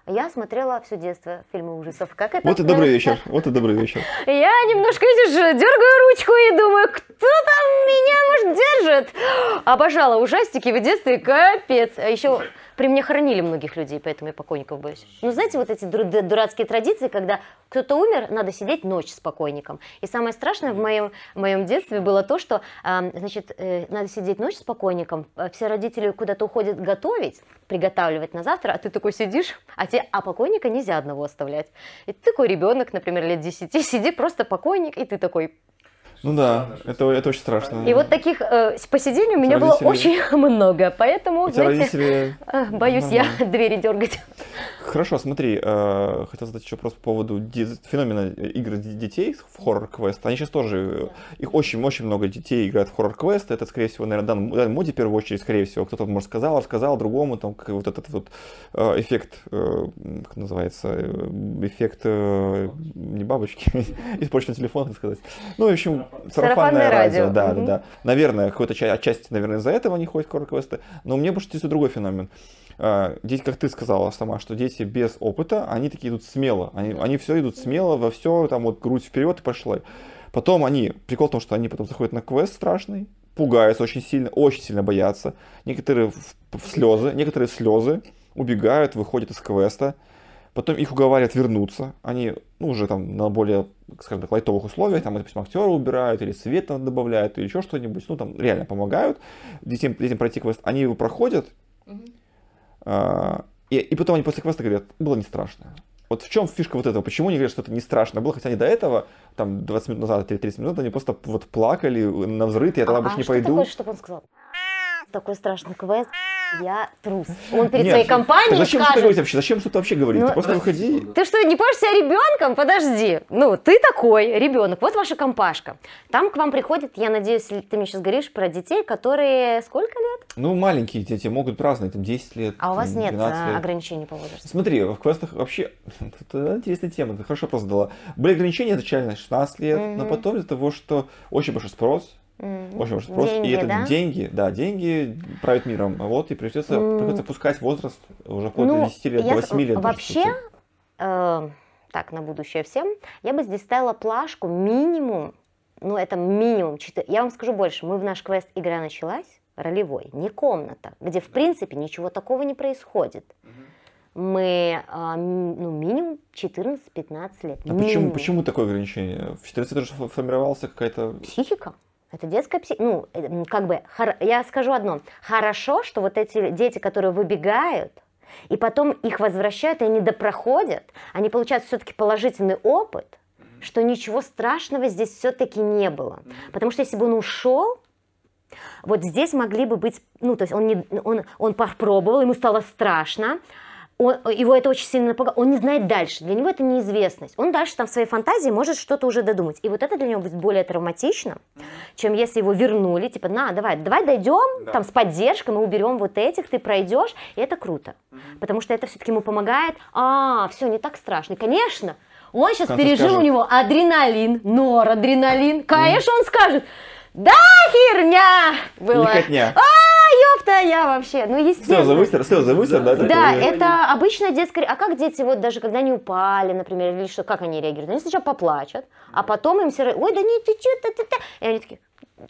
Я смотрела все детство фильмы ужасов. Как это? Вот и добрый вечер, вот и добрый вечер. Я немножко, видишь, дергаю ручку и думаю, кто там меня, может, держит? Обожала ужастики в детстве, капец. А еще при мне хоронили многих людей, поэтому я покойников боюсь. Ну, знаете, вот эти дурацкие традиции, когда кто-то умер, надо сидеть ночь с покойником. И самое страшное в моем детстве было то, что, значит, надо сидеть ночь с покойником, все родители куда-то уходят готовить, приготавливать на завтра, а ты такой сидишь, а покойника нельзя одного оставлять. И ты такой ребенок, например, лет 10, сиди просто покойник, и ты такой... Ну да, это очень страшно. И вот таких посидений у меня было очень много, поэтому, знаете, боюсь я двери дергать. Хорошо, смотри, хотел задать еще вопрос по поводу феномена игр детей в хоррор-квест. Они сейчас тоже, их очень много детей играют в хоррор-квест. Это, скорее всего, наверное, в данном моде, в первую очередь, скорее всего, кто-то, может, рассказал другому, там, как вот этот вот эффект, как называется, эффект не бабочки, испорченный телефон, так сказать. Ну, в общем, сарафанное радио. Да. Наверное, какой-то отчасти, наверное, из-за этого они ходят в хоррор-квесты. Но мне больше интересует другой феномен. Дети, как ты сказала сама, что дети без опыта, они такие идут смело. Они все идут смело, во все, там вот грудь вперед и пошли. Потом прикол в том, что они потом заходят на квест страшный, пугаются очень сильно боятся. Некоторые в слезы, убегают, выходят из квеста. Потом их уговаривают вернуться. Они уже там на более, скажем так, лайтовых условиях, там, допустим, актера убирают, или свет там добавляют, или еще что-нибудь. Ну, там реально помогают детям пройти квест. Они его проходят, и потом они после квеста говорят, было не страшно. Вот в чем фишка вот этого? Почему они говорят, что это не страшно было, хотя они до этого, там, 20 минут назад, 30 минут, они просто вот плакали навзрыд, я тогда больше не пойду. Что ты хочешь, чтобы он сказал? Такой страшный квест, я трус. Он перед своей компанией скажет... Зачем что-то вообще говорить? Ты просто выходи. Ты что, не помнишь себя ребенком? Подожди. Ну, ты такой ребенок, вот ваша компашка. Там к вам приходит, я надеюсь, ты мне сейчас говоришь про детей, которые сколько лет? Ну, маленькие дети могут праздновать, там, 10 лет, А у вас нет 12 лет. ограничений по возрасту? Смотри, в квестах вообще, это интересная тема, ты хорошо просто дала. Были ограничения изначально 16 лет, но потом из-за того, что очень большой спрос, Деньги, и это да? деньги правят миром. Вот, и приходится пускать возраст уже вплоть до 10 лет, до 8 лет. Вообще, так, на будущее всем, я бы здесь ставила плашку минимум, ну это минимум 4. Я вам скажу больше, мы в наш квест «Игра началась», ролевой, не комната, где в принципе ничего такого не происходит. Мы минимум 14-15 лет. А почему такое ограничение? В 14 лет уже формировался какая-то... Психика. Это детская психика. Ну, как бы, я скажу одно. Хорошо, что вот эти дети, которые выбегают, и потом их возвращают, и они допроходят, они получают все-таки положительный опыт, что ничего страшного здесь все-таки не было. Потому что если бы он ушел, вот здесь могли бы быть, ну, то есть он попробовал, ему стало страшно, его это очень сильно напугало, он не знает дальше, для него это неизвестность. Он дальше там в своей фантазии может что-то уже додумать. И вот это для него будет более травматично, чем если его вернули, типа, давай дойдем, там с поддержкой, мы уберем вот этих, ты пройдешь, и это круто. Потому что это все-таки ему помогает, все, не так страшно. Конечно, он сейчас пережил, у него адреналин, норадреналин, конечно, он скажет, да, херня была. Легкотня. Ёпта, я вообще, ну естественно. Слезы высер, да? Да, это обычная детская... А как дети, вот даже когда они упали, например, или что, как они реагируют? Они сначала поплачут, а потом им все... Ой, да не, ты что, ты. И они такие...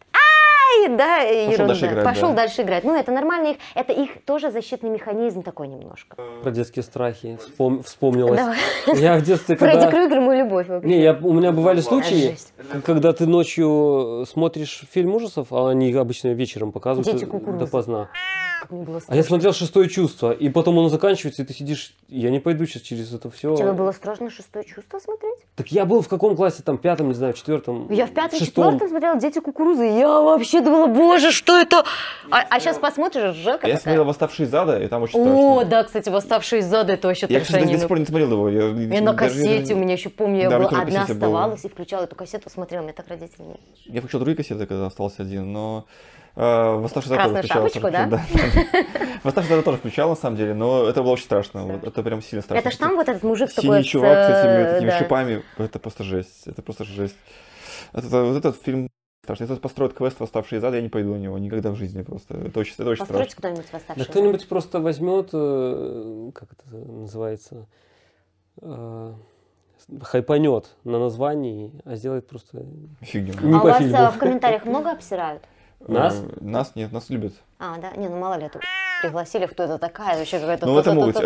Да, ерунда. Пошел дальше играть. Ну, это нормально, это их тоже защитный механизм такой немножко. Про детские страхи вспомнилось. Давай. Я в детстве, Фредди Крюгер, мой любовь вообще. Не, у меня бывали случаи, Жесть. когда ты ночью смотришь фильм ужасов, а они обычно вечером показывают Дети кукурузы. допоздна. Мне было А я страшно. смотрел «Шестое чувство», и потом оно заканчивается, и ты сидишь, я не пойду сейчас через это все. Тебе было страшно «Шестое чувство» смотреть? Так я был в каком классе, там, пятом, не знаю, четвертом, Я в пятом, шестом. четвертом смотрела «Дети кукурузы». Я вообще думала, боже, что это? А сейчас посмотришь, Жека Я такая. смотрел «Восставшие из ада», и там очень страшно. О, да, кстати, «Восставшие из ада» это вообще Я, кстати, до сих пор трешанина. не смотрел его. Я на кассете, у меня еще помню, я Да, была у меня тоже одна кассета была. оставалась и включала эту кассету, смотрела, мне так родители не... Я включил другие кассеты, когда остался один, но «Восставшие из ада» тоже Красную включал. шапочку, да? «Восставшие из ада» тоже включал, на самом деле, но это было очень страшно. Вот, это прям сильно страшно. Это ж там вот этот мужик Синий такой чувак с этими такими да. шипами. Это просто жесть. Это просто жесть. Вот этот фильм страшно. Если построят квест «Восставший из ада», я не пойду на него никогда в жизни просто. Это очень Постройте страшно. кто-нибудь Да восставший. кто-нибудь просто возьмет, как это называется, хайпанет на названии, а сделает просто Фигню. не А у по вас фильму. в комментариях много обсирают? Нас? Нас нет, нас любят. А, да? Не, ну мало ли, это пригласили, кто это такая, вообще какая-то... Ну, это могут.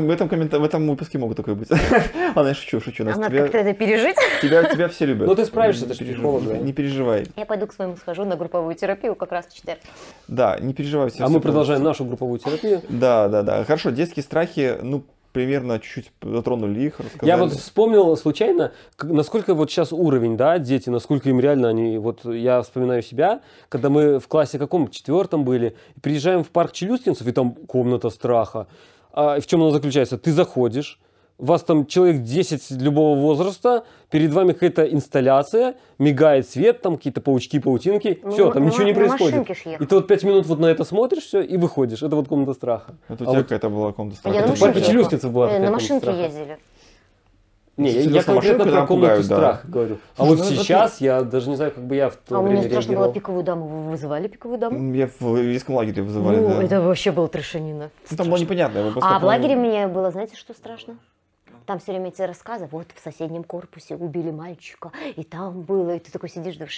В этом выпуске могут такое быть. Ладно, я шучу. А Настя, надо как-то это пережить. тебя все любят. Ну, ты справишься, ты же Не психолог, да. Не переживай. Я пойду к своему схожу на групповую терапию как раз в четверг. Да, не переживай. А мы продолжаем нашу групповую терапию. Да. Хорошо, детские страхи, ну, примерно чуть-чуть затронули их, рассказали. Я вот вспомнил случайно, насколько вот сейчас уровень, да, дети, насколько им реально они, вот я вспоминаю себя, когда мы в классе каком, 4 были, приезжаем в парк Челюскинцев, и там комната страха. А в чем она заключается? Ты заходишь, вас там человек 10 любого возраста, перед вами какая-то инсталляция, мигает свет, там какие-то паучки, паутинки, все, там ничего не на происходит. машинке ж ехал. И ты вот 5 минут вот на это смотришь, все, и выходишь. Это вот комната страха. Это у А тебя вот- какая-то была комната страха. Я на Это в парке машинке Челюскинцев была такая на комната машинке страха. ездили. Не, Если я на машинку, конкретно да, про комнату пугают, да. страха говорю. А Слушай, вот ну, сейчас я даже не знаю, как бы я в то А время мне страшно было реагировал. пиковую даму. Вы вызывали пиковую даму? Я в еврейском лагере вызывали, Ну, да. это вообще было трешенина. Ну, там было непонятно. я просто А в помню. лагере мне было, знаете, что страшно? Там все время эти рассказы, вот в соседнем корпусе убили мальчика, и там было, и ты такой сидишь, думаешь,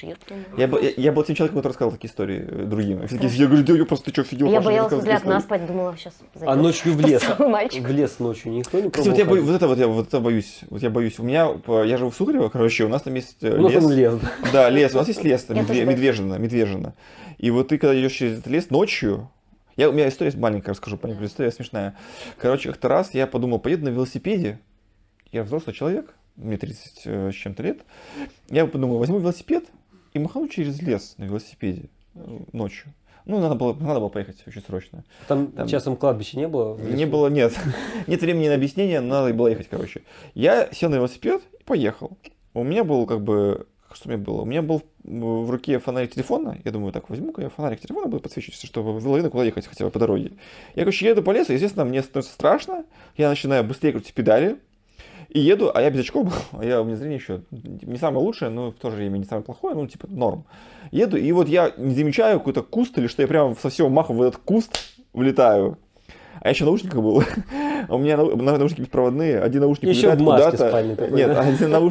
Я был тем человеком, который рассказал такие истории другим. Я говорю, да, просто ты что, офигел? Я Паша, боялась рассказывай возле окна истории. спать, думала, сейчас А ночью в лес. Целый мальчик. В лес ночью никто не Кстати, пробовал. вот это боюсь. Вот я боюсь. У меня, я живу в Сухарево, короче, у нас там есть Ну, там лес. лес. Да, лес. У нас есть лес, там, Я тоже боюсь. Медвежьина. И вот ты, когда идешь через этот лес ночью, у меня история маленькая, расскажу, маленькая история смешная. Короче, как-то раз я подумал, поеду на велосипеде. Я взрослый человек, мне 30 с чем-то лет. Я подумал, возьму велосипед и махну через лес на велосипеде ночью. Ну, надо было поехать очень срочно. Там часом кладбища не было? в лесу? Не было, нет. Нет времени на объяснение, надо было ехать, короче. Я сел на велосипед и поехал. У меня был что у меня было? У меня был в руке фонарик телефона. Я думаю, так, возьму-ка я фонарик телефона, буду подсвечивать, чтобы было видно, куда ехать хотя бы по дороге. Я, короче, еду по лесу, естественно, мне становится страшно. Я начинаю быстрее крутить педали. И еду, а я без очков был, у меня зрение еще не самое лучшее, но в то же время не самое плохое, ну, типа, норм. Еду, и вот я не замечаю какой-то куст или что, я прямо со всего маха в этот куст влетаю. А я еще в наушниках был. У меня наушники беспроводные, один наушник Еще улетает в маске куда-то. спальной такой, Нет, да?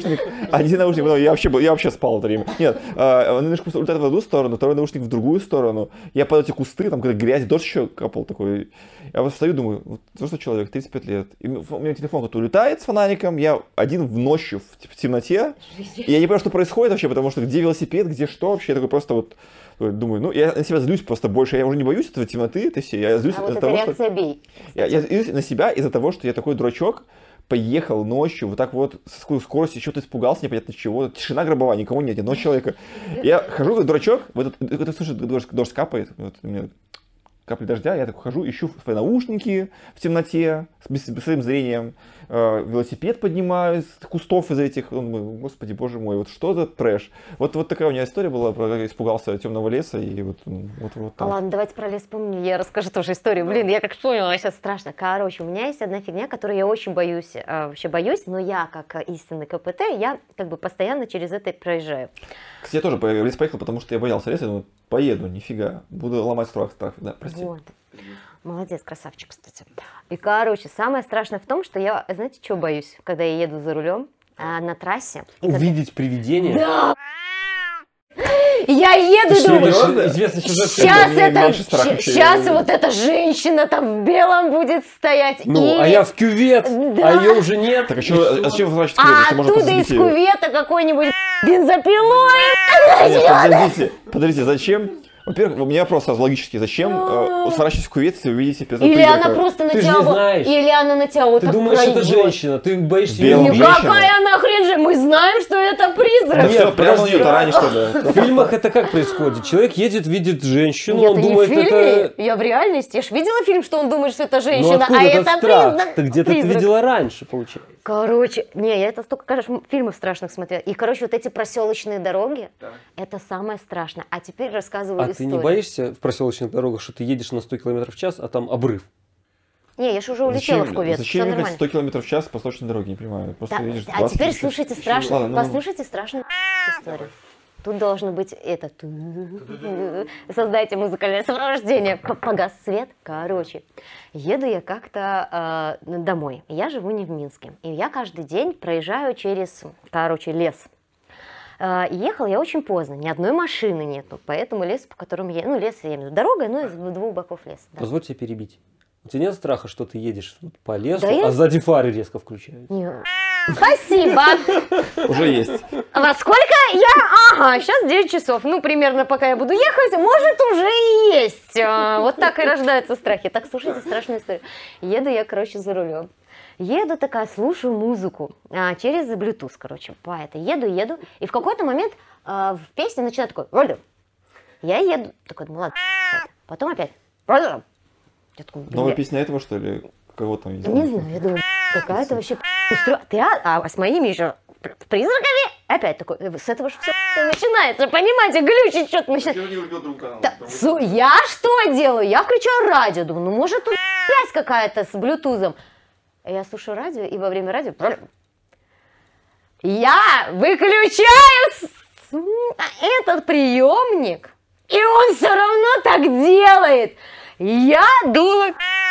один наушник, потом я вообще спал это время. Нет, один наушник улетает в одну сторону, второй наушник в другую сторону. Я под эти кусты, там какая-то грязь, дождь еще капал такой. Я вот встаю, думаю, вот взрослый человек, 35 лет. И у меня телефон как-то улетает с фонариком, я один ночью в темноте. И я не понимаю, что происходит вообще, потому что где велосипед, где что вообще. Я такой просто вот думаю, ну, я на себя злюсь просто больше. Я уже не боюсь этого темноты, это все. Я злюсь А вот из-за это того, что... реакция бей. Я злюсь на себя из-за того, что я такой дурачок, поехал ночью, вот так вот, с такой скоростью, что-то испугался, непонятно чего. Тишина гробовая, никого нет, ни одного человека. Я хожу как дурачок, слушай, дождь капает, вот у меня капли дождя, я так хожу, ищу свои наушники в темноте, с своим зрением, велосипед поднимаю из кустов из этих, думаю, господи, боже мой, вот что за трэш. Вот такая у меня история была, про как я испугался темного леса, и вот так. Ладно, давайте про лес помню, я расскажу тоже историю. Блин, я как вспомнила, сейчас страшно. Короче, у меня есть одна фигня, которую я очень боюсь, вообще боюсь, но я, как истинный КПТ, я как бы постоянно через это проезжаю. Кстати, я тоже в лес поехал, потому что я боялся леса, я думаю, поеду, нифига, буду ломать страх, да, прости. Вот. Молодец, красавчик, кстати. И, короче, самое страшное в том, что я, знаете, чего боюсь, когда я еду за рулем на трассе? И когда- Увидеть привидение? Да! Я еду, думаю, Известный сюжет. сейчас мне меньше страха, чем сейчас я- вот эта женщина там в белом будет стоять. Ну, или- а я в кювет, Да. а ее уже нет. Так, а зачем возвращаться к А если можно оттуда просто из сбить её? кювета какой-нибудь бензопилой. Нет, подождите, зачем? Во-первых, у меня вопрос сразу логический. Зачем сворачивать в кювет, если вы видите без Или она просто на Ты же тебя... не знаешь. Или она на тебя вот Ты так думаешь, это пройдет. женщина, ты боишься Белым ее женщина. увидеть. Какая нахрен же? Мы знаем, что это призрак. Да все, прямо на подожди. нее таранишь тогда. В фильмах это как происходит? Человек едет, видит женщину, Это он не думает, в фильме, это... я в реальности. Я ж видела фильм, что он думает, что это Ну женщина, откуда а этот это страх? признак. Ты где-то это призрак. видела раньше, получается. Короче, не, я это столько, конечно, фильмов страшных смотрела. И, короче, вот эти проселочные дороги, это самое страшное. А теперь рассказываю А ты историю. не боишься в проселочных дорогах, что ты едешь на 100 км в час, а там обрыв? Не, я же уже улетела в кувет, Зачем все ехать нормально. 100 км в час по сточной дороге, не понимаю. Просто Да, едешь а 20 теперь км в час. слушайте страшную, Ладно, ну, послушайте страшную историю. тут должно быть это. Создайте музыкальное сопровождение. Погас свет. Короче, еду я как-то домой. Я живу не в Минске. И я каждый день проезжаю через, лес. Ехала я очень поздно, ни одной машины нету, поэтому лес, по которому я... Ну, лес, я имею в виду, дорога, ну, из двух боков леса. Да. Позвольте тебя перебить. У тебя нет страха, что ты едешь по лесу, Да а сзади фары резко включают? Нет. Спасибо! Уже есть. Во сколько я... Ага, сейчас 9 часов. Ну, примерно пока я буду ехать, может, уже и есть. Вот так и рождаются страхи. Так, слушайте страшную историю. Еду я, за рулем. Еду такая, слушаю музыку через Bluetooth, по это. Еду, и в какой-то момент в песне начинает такой... Я еду, такой, ну ладно. Потом опять... Я такой, Новая песня этого, что ли? Кого там? Не знаю, я думаю, какая-то вообще... с моими еще призраками? Опять такой, с этого же все начинается, понимаете, глючить что-то начинает. Я что делаю? Я включаю радио, думаю, ну может тут связь какая-то с блютузом. Я слушаю радио, и во время радио... Я выключаю этот приемник, и он все равно так делает. Я дула...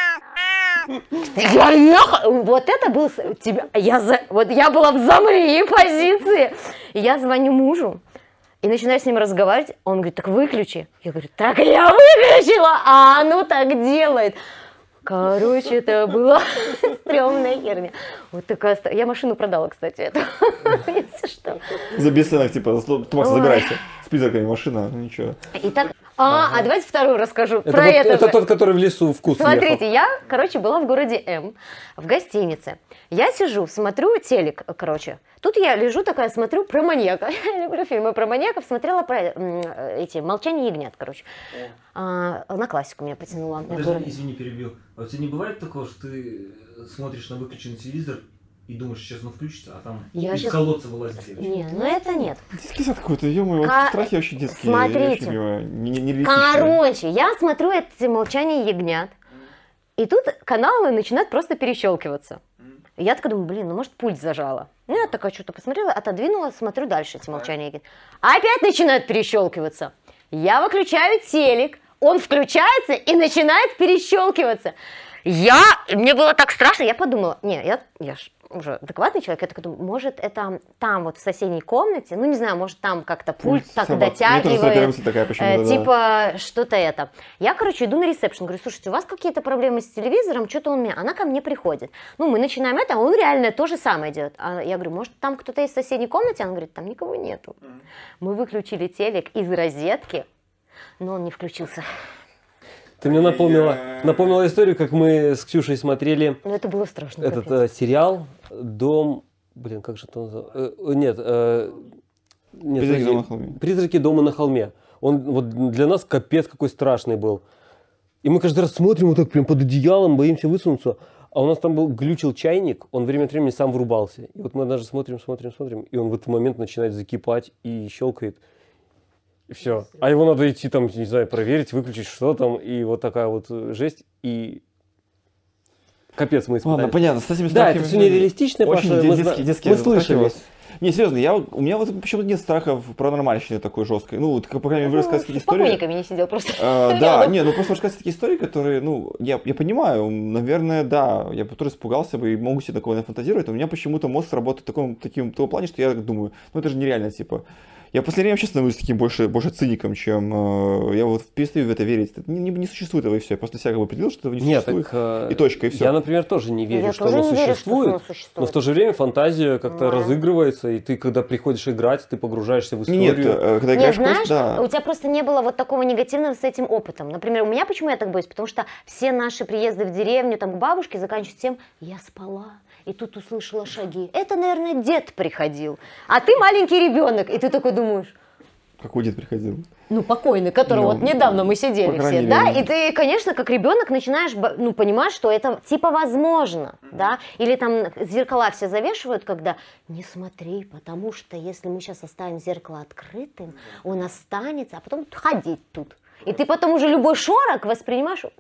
Я ехала, вот это был тебя, я была в замри позиции. И я звоню мужу и начинаю с ним разговаривать. Он говорит, так выключи. Я говорю, так я выключила, а оно так делает. Короче, это была стрёмная херня. Вот такая... Я машину продала, кстати, эту. Если что. За бесценок, типа, Макс, забирайся. С призраками машина, ну ничего. Итак, давайте вторую расскажу Это про вот, это. Это тот, который в лесу вкус Смотрите, я, была в городе М, в гостинице. Я сижу, смотрю телек, Тут я лежу такая, смотрю про маньяка. Я люблю фильмы про маньяков. Смотрела про эти «Молчание ягнят», на классику меня потянуло. Подожди, извини, перебил. А у тебя не бывает такого, что ты смотришь на выключенный телевизор и думаешь, сейчас он включится, а там из колодца вылазит девочка? Нет, это нет. Детский сад какой-то, ё-моё, страхи вообще детские. Смотрите. Не Я смотрю эти «Молчание ягнят», и тут каналы начинают просто перещелкиваться. Я такая думаю, ну может пульт зажала. Ну я такая что-то посмотрела, отодвинула, смотрю дальше эти «Молчания ягнят». Опять начинают перещелкиваться. Я выключаю телек, он включается и начинает перещелкиваться. Мне было так страшно, я подумала, я ж уже адекватный человек, я такая думаю, может это там вот в соседней комнате, ну не знаю, может там как-то пульт так дотягивает, типа что-то это. Я, иду на ресепшн, говорю, слушайте, у вас какие-то проблемы с телевизором, что-то она ко мне приходит. Ну мы начинаем это, а он реально то же самое делает. А я говорю, может там кто-то есть в соседней комнате? Она говорит, там никого нету. Мы выключили телек из розетки, но он не включился. Ты мне напомнила историю, как мы с Ксюшей смотрели это было страшно, этот сериал «Дом...» Блин, как же это называется? «Призраки дома на холме». «Призраки дома на холме». Он вот для нас капец какой страшный был. И мы каждый раз смотрим вот так прям под одеялом, боимся высунуться. А у нас там глючил чайник, он время от времени сам врубался. И вот мы даже смотрим, и он в этот момент начинает закипать и щелкает. И все. А его надо идти там, не знаю, проверить, выключить, что там. И вот такая вот жесть. И капец мы испытали. Ладно, понятно, с этими страхами. Да, это все нереалистично, Паша. Детские мы слышали. Не, серьезно, у меня вот почему-то нет страха в паранормальщине такой жесткой. Ну, вот, по крайней мере, вы рассказываете такие истории. С покойниками не сидел просто. Да, просто рассказывать такие истории, которые, я понимаю, наверное, да, я бы тоже испугался бы и могу себе такого нафантазировать, но у меня почему-то мозг работает в таком плане, что я думаю, это же нереально, типа. Я в последнее время вообще становлюсь таким больше циником, чем я вот перестаю в это верить. Это не существует этого и все. Я просто себя определил, что этого не существует. И точка, и все. Я, например, тоже не верю, что оно существует. Но в то же время фантазия как-то разыгрывается, и ты, когда приходишь играть, ты погружаешься в историю. Нет, когда играешь знаешь, просто, да. У тебя просто не было вот такого негативного с этим опытом. Например, у меня почему я так боюсь? Потому что все наши приезды в деревню, там, к бабушке заканчиваются тем, я спала. И тут услышала шаги. Это, наверное, дед приходил. А ты маленький ребенок. И ты такой думаешь... Какой дед приходил? Ну, покойный, которого вот недавно мы сидели все, да? И ты, конечно, как ребенок начинаешь, понимать, что это типа возможно, да? Или там зеркала все завешивают, когда не смотри, потому что если мы сейчас оставим зеркало открытым, он останется, а потом ходить тут. И ты потом уже любой шорох воспринимаешь...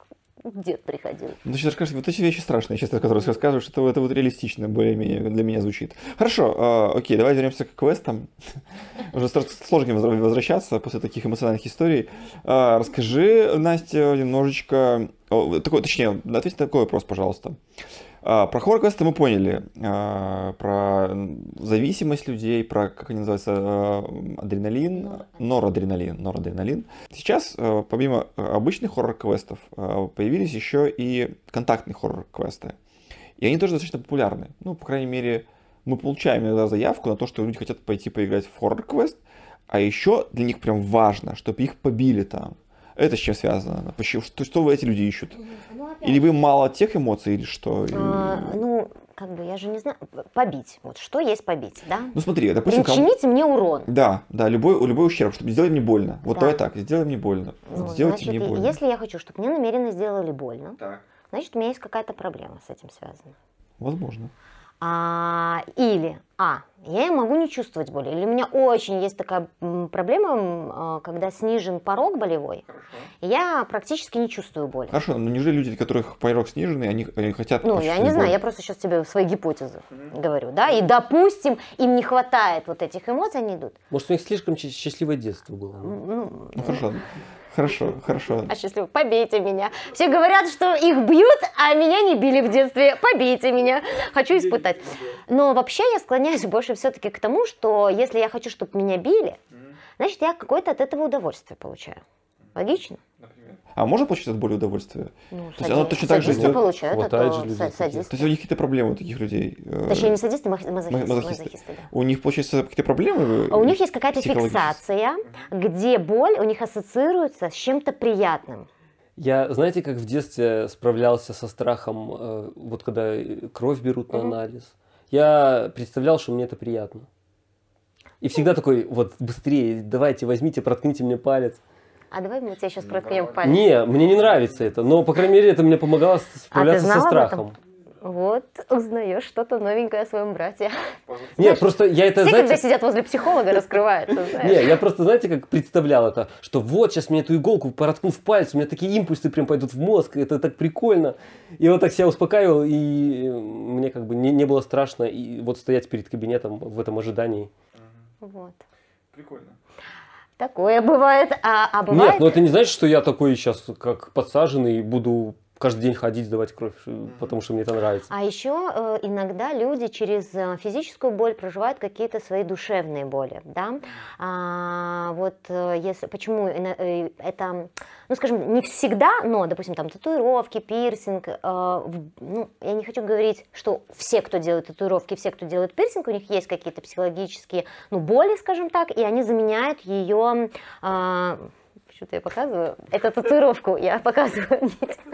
дед приходил. Ну, ты сейчас скажешь, вот эти вещи страшные, сейчас, которые рассказываешь, это вот реалистично более-менее для меня звучит. Хорошо, окей, давай вернемся к квестам. Уже сложно возвращаться после таких эмоциональных историй. Расскажи, Настя, немножечко, точнее, ответь на такой вопрос, пожалуйста. Про хоррор-квесты мы поняли, про зависимость людей, про, как они называются, адреналин, норадреналин. Сейчас, помимо обычных хоррор-квестов, появились еще и контактные хоррор-квесты. И они тоже достаточно популярны. Ну, по крайней мере, мы получаем иногда заявку на то, что люди хотят пойти поиграть в хоррор-квест, а еще для них прям важно, чтобы их побили там. Это с чем связано? Что эти люди ищут? Или им мало тех эмоций, или что? Ну, как бы, я же не знаю. Побить. Вот что есть побить, да? Ну смотри, допустим... Причините мне урон. Да, любой ущерб, чтобы сделать мне больно. Вот Да. давай так, сделай мне больно. Ну, Сделайте значит, мне больно. если я хочу, чтобы мне намеренно сделали больно, Так. значит, у меня есть какая-то проблема с этим связана. Возможно. Или я могу не чувствовать боли. Или у меня очень есть такая проблема, когда снижен порог болевой, и я практически не чувствую боли. Хорошо, но неужели люди, у которых порог сниженный, они хотят Ну, я почувствовать не знаю, боль? я просто сейчас тебе свои гипотезы говорю, да, и, допустим, им не хватает вот этих эмоций, они идут. Может, у них слишком счастливое детство было. Ну, Хорошо. а счастливо, побейте меня. Все говорят, что их бьют, а меня не били в детстве. Побейте меня. Хочу испытать. Но вообще я склоняюсь больше все-таки к тому, что если я хочу, чтобы меня били, значит, я какое-то от этого удовольствие получаю. Логично? А можно получить от боли удовольствие? Ну, То есть оно точно так же садисты идет? получают, Хватает это же людей садисты. То есть у них какие-то проблемы у таких людей? Точнее, не садисты, мазохисты, да. У них, получается, какие-то проблемы? А у них есть какая-то психологические? фиксация, где боль у них ассоциируется с чем-то приятным. Я, знаете, как в детстве справлялся со страхом, вот когда кровь берут на анализ? Я представлял, что мне это приятно. И всегда такой, вот быстрее, давайте, возьмите, проткните мне палец. А давай мы тебе сейчас проткнем палец. Не, мне не нравится это, но, по крайней мере, это мне помогало справляться со знал об страхом. Вот, узнаешь что-то новенькое о своем брате. Нет, просто я это, Все, когда знаете... сидят возле психолога, раскрываются, знаешь. Не, я просто, знаете, как представлял это, что вот сейчас мне эту иголку проткну в палец, у меня такие импульсы прям пойдут в мозг, это так прикольно. И вот так себя успокаивал, и мне как бы не было страшно и вот стоять перед кабинетом в этом ожидании. Вот. Прикольно. Такое бывает. А бывает... Нет, но это не значит, что я такой сейчас, как подсаженный, буду каждый день ходить, сдавать кровь, потому что мне это нравится. А еще иногда люди через физическую боль проживают какие-то свои душевные боли, да. Почему это, ну, скажем, не всегда, но, допустим, там татуировки, пирсинг, я не хочу говорить, что все, кто делает татуировки, все, кто делает пирсинг, у них есть какие-то психологические, боли, скажем так, и они заменяют ее... Что-то я показываю. Это татуировку я показываю.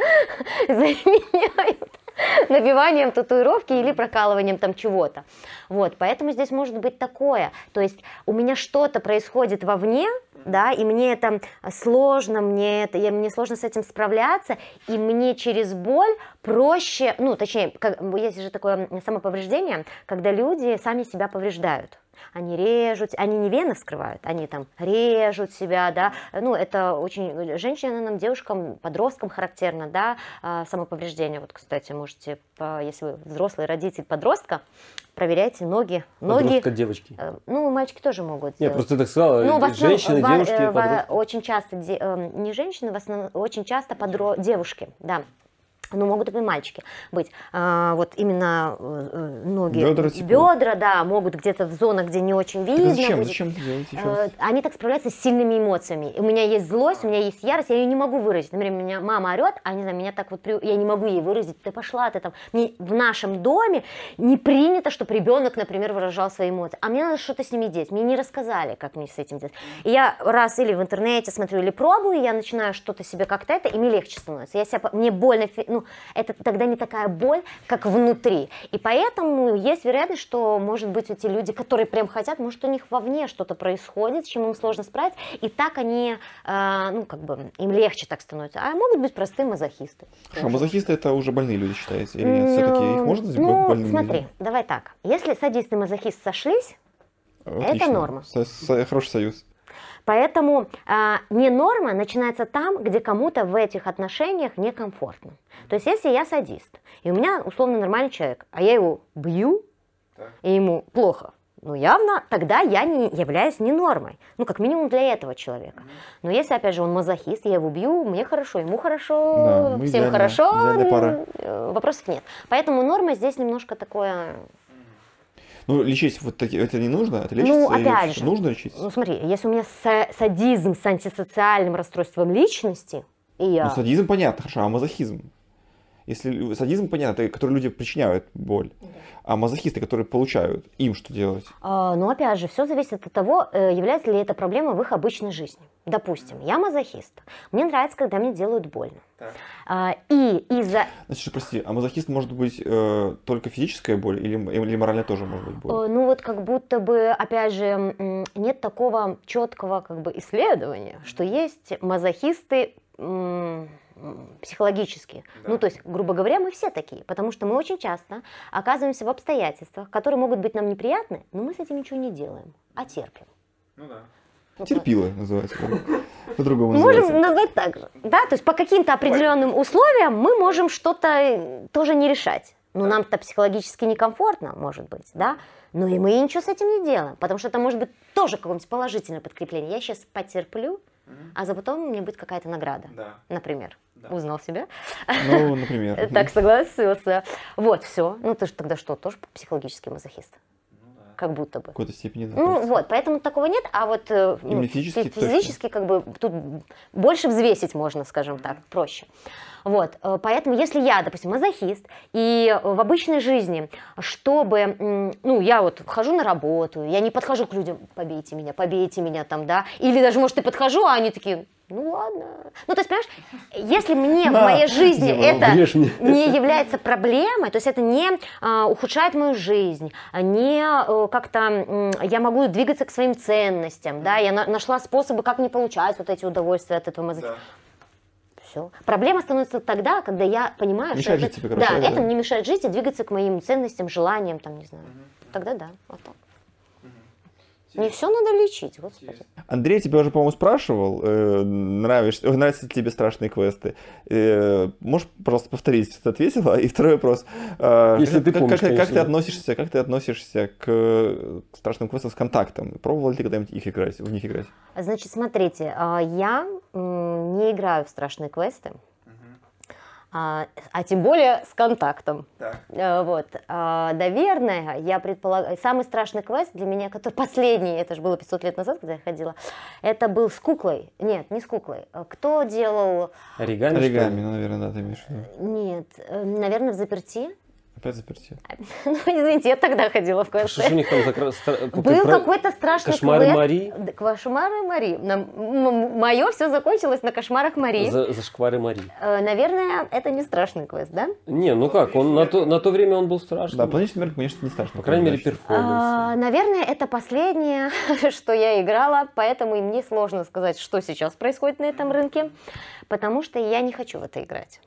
Заменяют набиванием татуировки или прокалыванием там чего-то. Вот, поэтому здесь может быть такое. То есть у меня что-то происходит вовне, да, и мне это сложно, мне сложно с этим справляться, и мне через боль проще, точнее, есть же такое самоповреждение, когда люди сами себя повреждают. Они режут, они не вены вскрывают, они там режут себя, да, это очень женщинам, девушкам, подросткам характерно, да, самоповреждение. Вот, кстати, можете, если вы взрослый родитель подростка, проверяйте ноги. Подростка девочки. Мальчики тоже могут Нет, делать. просто ты так сказала, женщины, девушки, подростки. Очень часто, не женщины, в основном, очень часто девушки, да. Могут и мальчики быть. Вот именно ноги, бедра, да, могут где-то в зонах, где не очень видно. Зачем это делать сейчас? Они так справляются с сильными эмоциями. У меня есть злость, у меня есть ярость, я ее не могу выразить. Например, меня мама орет, а не знаю, меня так вот, я не могу ей выразить. Ты пошла, ты там. В нашем доме не принято, чтобы ребенок, например, выражал свои эмоции. А мне надо что-то с ними делать. Мне не рассказали, как мне с этим делать. И я раз или в интернете смотрю, или пробую, я начинаю что-то себе как-то и мне легче становится. Мне больно, это тогда не такая боль, как внутри. И поэтому есть вероятность, что, может быть, эти люди, которые прям хотят, может, у них вовне что-то происходит, с чем им сложно справиться, и так они, им легче так становится. А могут быть простые мазохисты. Хорошо, мазохисты это уже больные люди, считаете? Или нет? Все-таки их можно назвать больными смотри, людьми? давай так. Если садист и мазохист сошлись, Отлично. это норма. Хороший союз. Поэтому не норма начинается там, где кому-то в этих отношениях некомфортно. То есть если я садист, и у меня условно нормальный человек, а я его бью, и ему плохо, ну явно тогда я не являюсь не нормой. Ну как минимум для этого человека. Но если опять же он мазохист, я его бью, мне хорошо, ему хорошо, Да, мы всем идеально- хорошо, идеальная пара. вопросов нет. Поэтому норма здесь немножко такое... Ну, лечить вот такие, это не нужно? Это лечится? Ну, или опять что? же, Нужно лечить? ну смотри, если у меня садизм с антисоциальным расстройством личности, и я... Ну, садизм понятно, хорошо, а мазохизм? Если садизм понятно, это которые люди причиняют боль, а мазохисты, которые получают, им что делать? Ну, опять же, все зависит от того, является ли это проблема в их обычной жизни. Допустим, я мазохист. Мне нравится, когда мне делают больно. И из-за... Значит, прости, а мазохист может быть только физическая боль или моральная тоже может быть боль? Ну, вот как будто бы, опять же, нет такого четкого как бы исследования, что есть мазохисты психологические. Ну, то есть, грубо говоря, мы все такие, потому что мы очень часто оказываемся в обстоятельствах, которые могут быть нам неприятны, но мы с этим ничего не делаем, а терпим. Ну да. Терпила называется. По-другому Можем называется. назвать так же. Да? То есть по каким-то определенным условиям мы можем что-то тоже не решать. Ну, нам-то психологически некомфортно, может быть, да? Ну и мы ничего с этим не делаем, потому что это может быть тоже какое-нибудь положительное подкрепление. Я сейчас потерплю, а за потом мне будет какая-то награда, например. Узнал себя? Ну, например. Так согласился. Вот, все. Ну ты же тогда что, тоже психологический мазохист? Как будто бы. В какой-то степени, да. Ну кажется. вот, поэтому такого нет, а вот ну, Именно физически точно. физически как бы тут больше взвесить можно, скажем так, проще. Вот, поэтому если я, допустим, мазохист, и в обычной жизни, чтобы, ну, я вот хожу на работу, я не подхожу к людям, побейте меня там, да, или даже, может, и подхожу, а они такие... Ну ладно. Ну, то есть, понимаешь, если мне в моей жизни это не является проблемой, то есть это не ухудшает мою жизнь, не как-то я могу двигаться к своим ценностям, да, я нашла способы, как не получать вот эти удовольствия от этого мазохизма. Все. Проблема становится тогда, когда я понимаю, Мешает что жить тебе, короче, да, да. это мне мешает жить и двигаться к моим ценностям, желаниям, там, не знаю. Тогда да, вот так. Не все надо лечить, господи. Андрей тебя уже, по-моему, спрашивал, нравятся ли тебе страшные квесты. Можешь просто повторить, что ты ответила? И второй вопрос. Если ты помнишь, как конечно, ты да. относишься к страшным квестам с контактом? Пробовал ли ты когда-нибудь в них играть? Значит, смотрите, я не играю в страшные квесты, а тем более с контактом. Вот. Наверное, я предполагаю, самый страшный квест для меня, который последний, это же было 500 лет назад, когда я ходила, это был с куклой. Нет, не с куклой. Кто делал... Оригами, что ли? Оригами, ну, наверное, да, ты имеешь в виду. Нет, наверное, в заперти. Опять заперти. Ну, извините, я тогда ходила в Что ж у квесты. них там за Был какой-то страшный Кошмары квест. Мари? Да, Кошмары Мари. Мое все закончилось на кошмарах Мари. Зашквары Мари. Наверное, это не страшный квест, да? Не, ну как, он на то время он был страшный. Да, планетный мир, конечно, не страшно. По крайней мере, перформанс. Наверное, это последнее, что я играла, поэтому и мне сложно сказать, что сейчас происходит на этом рынке, потому что я не хочу в это играть.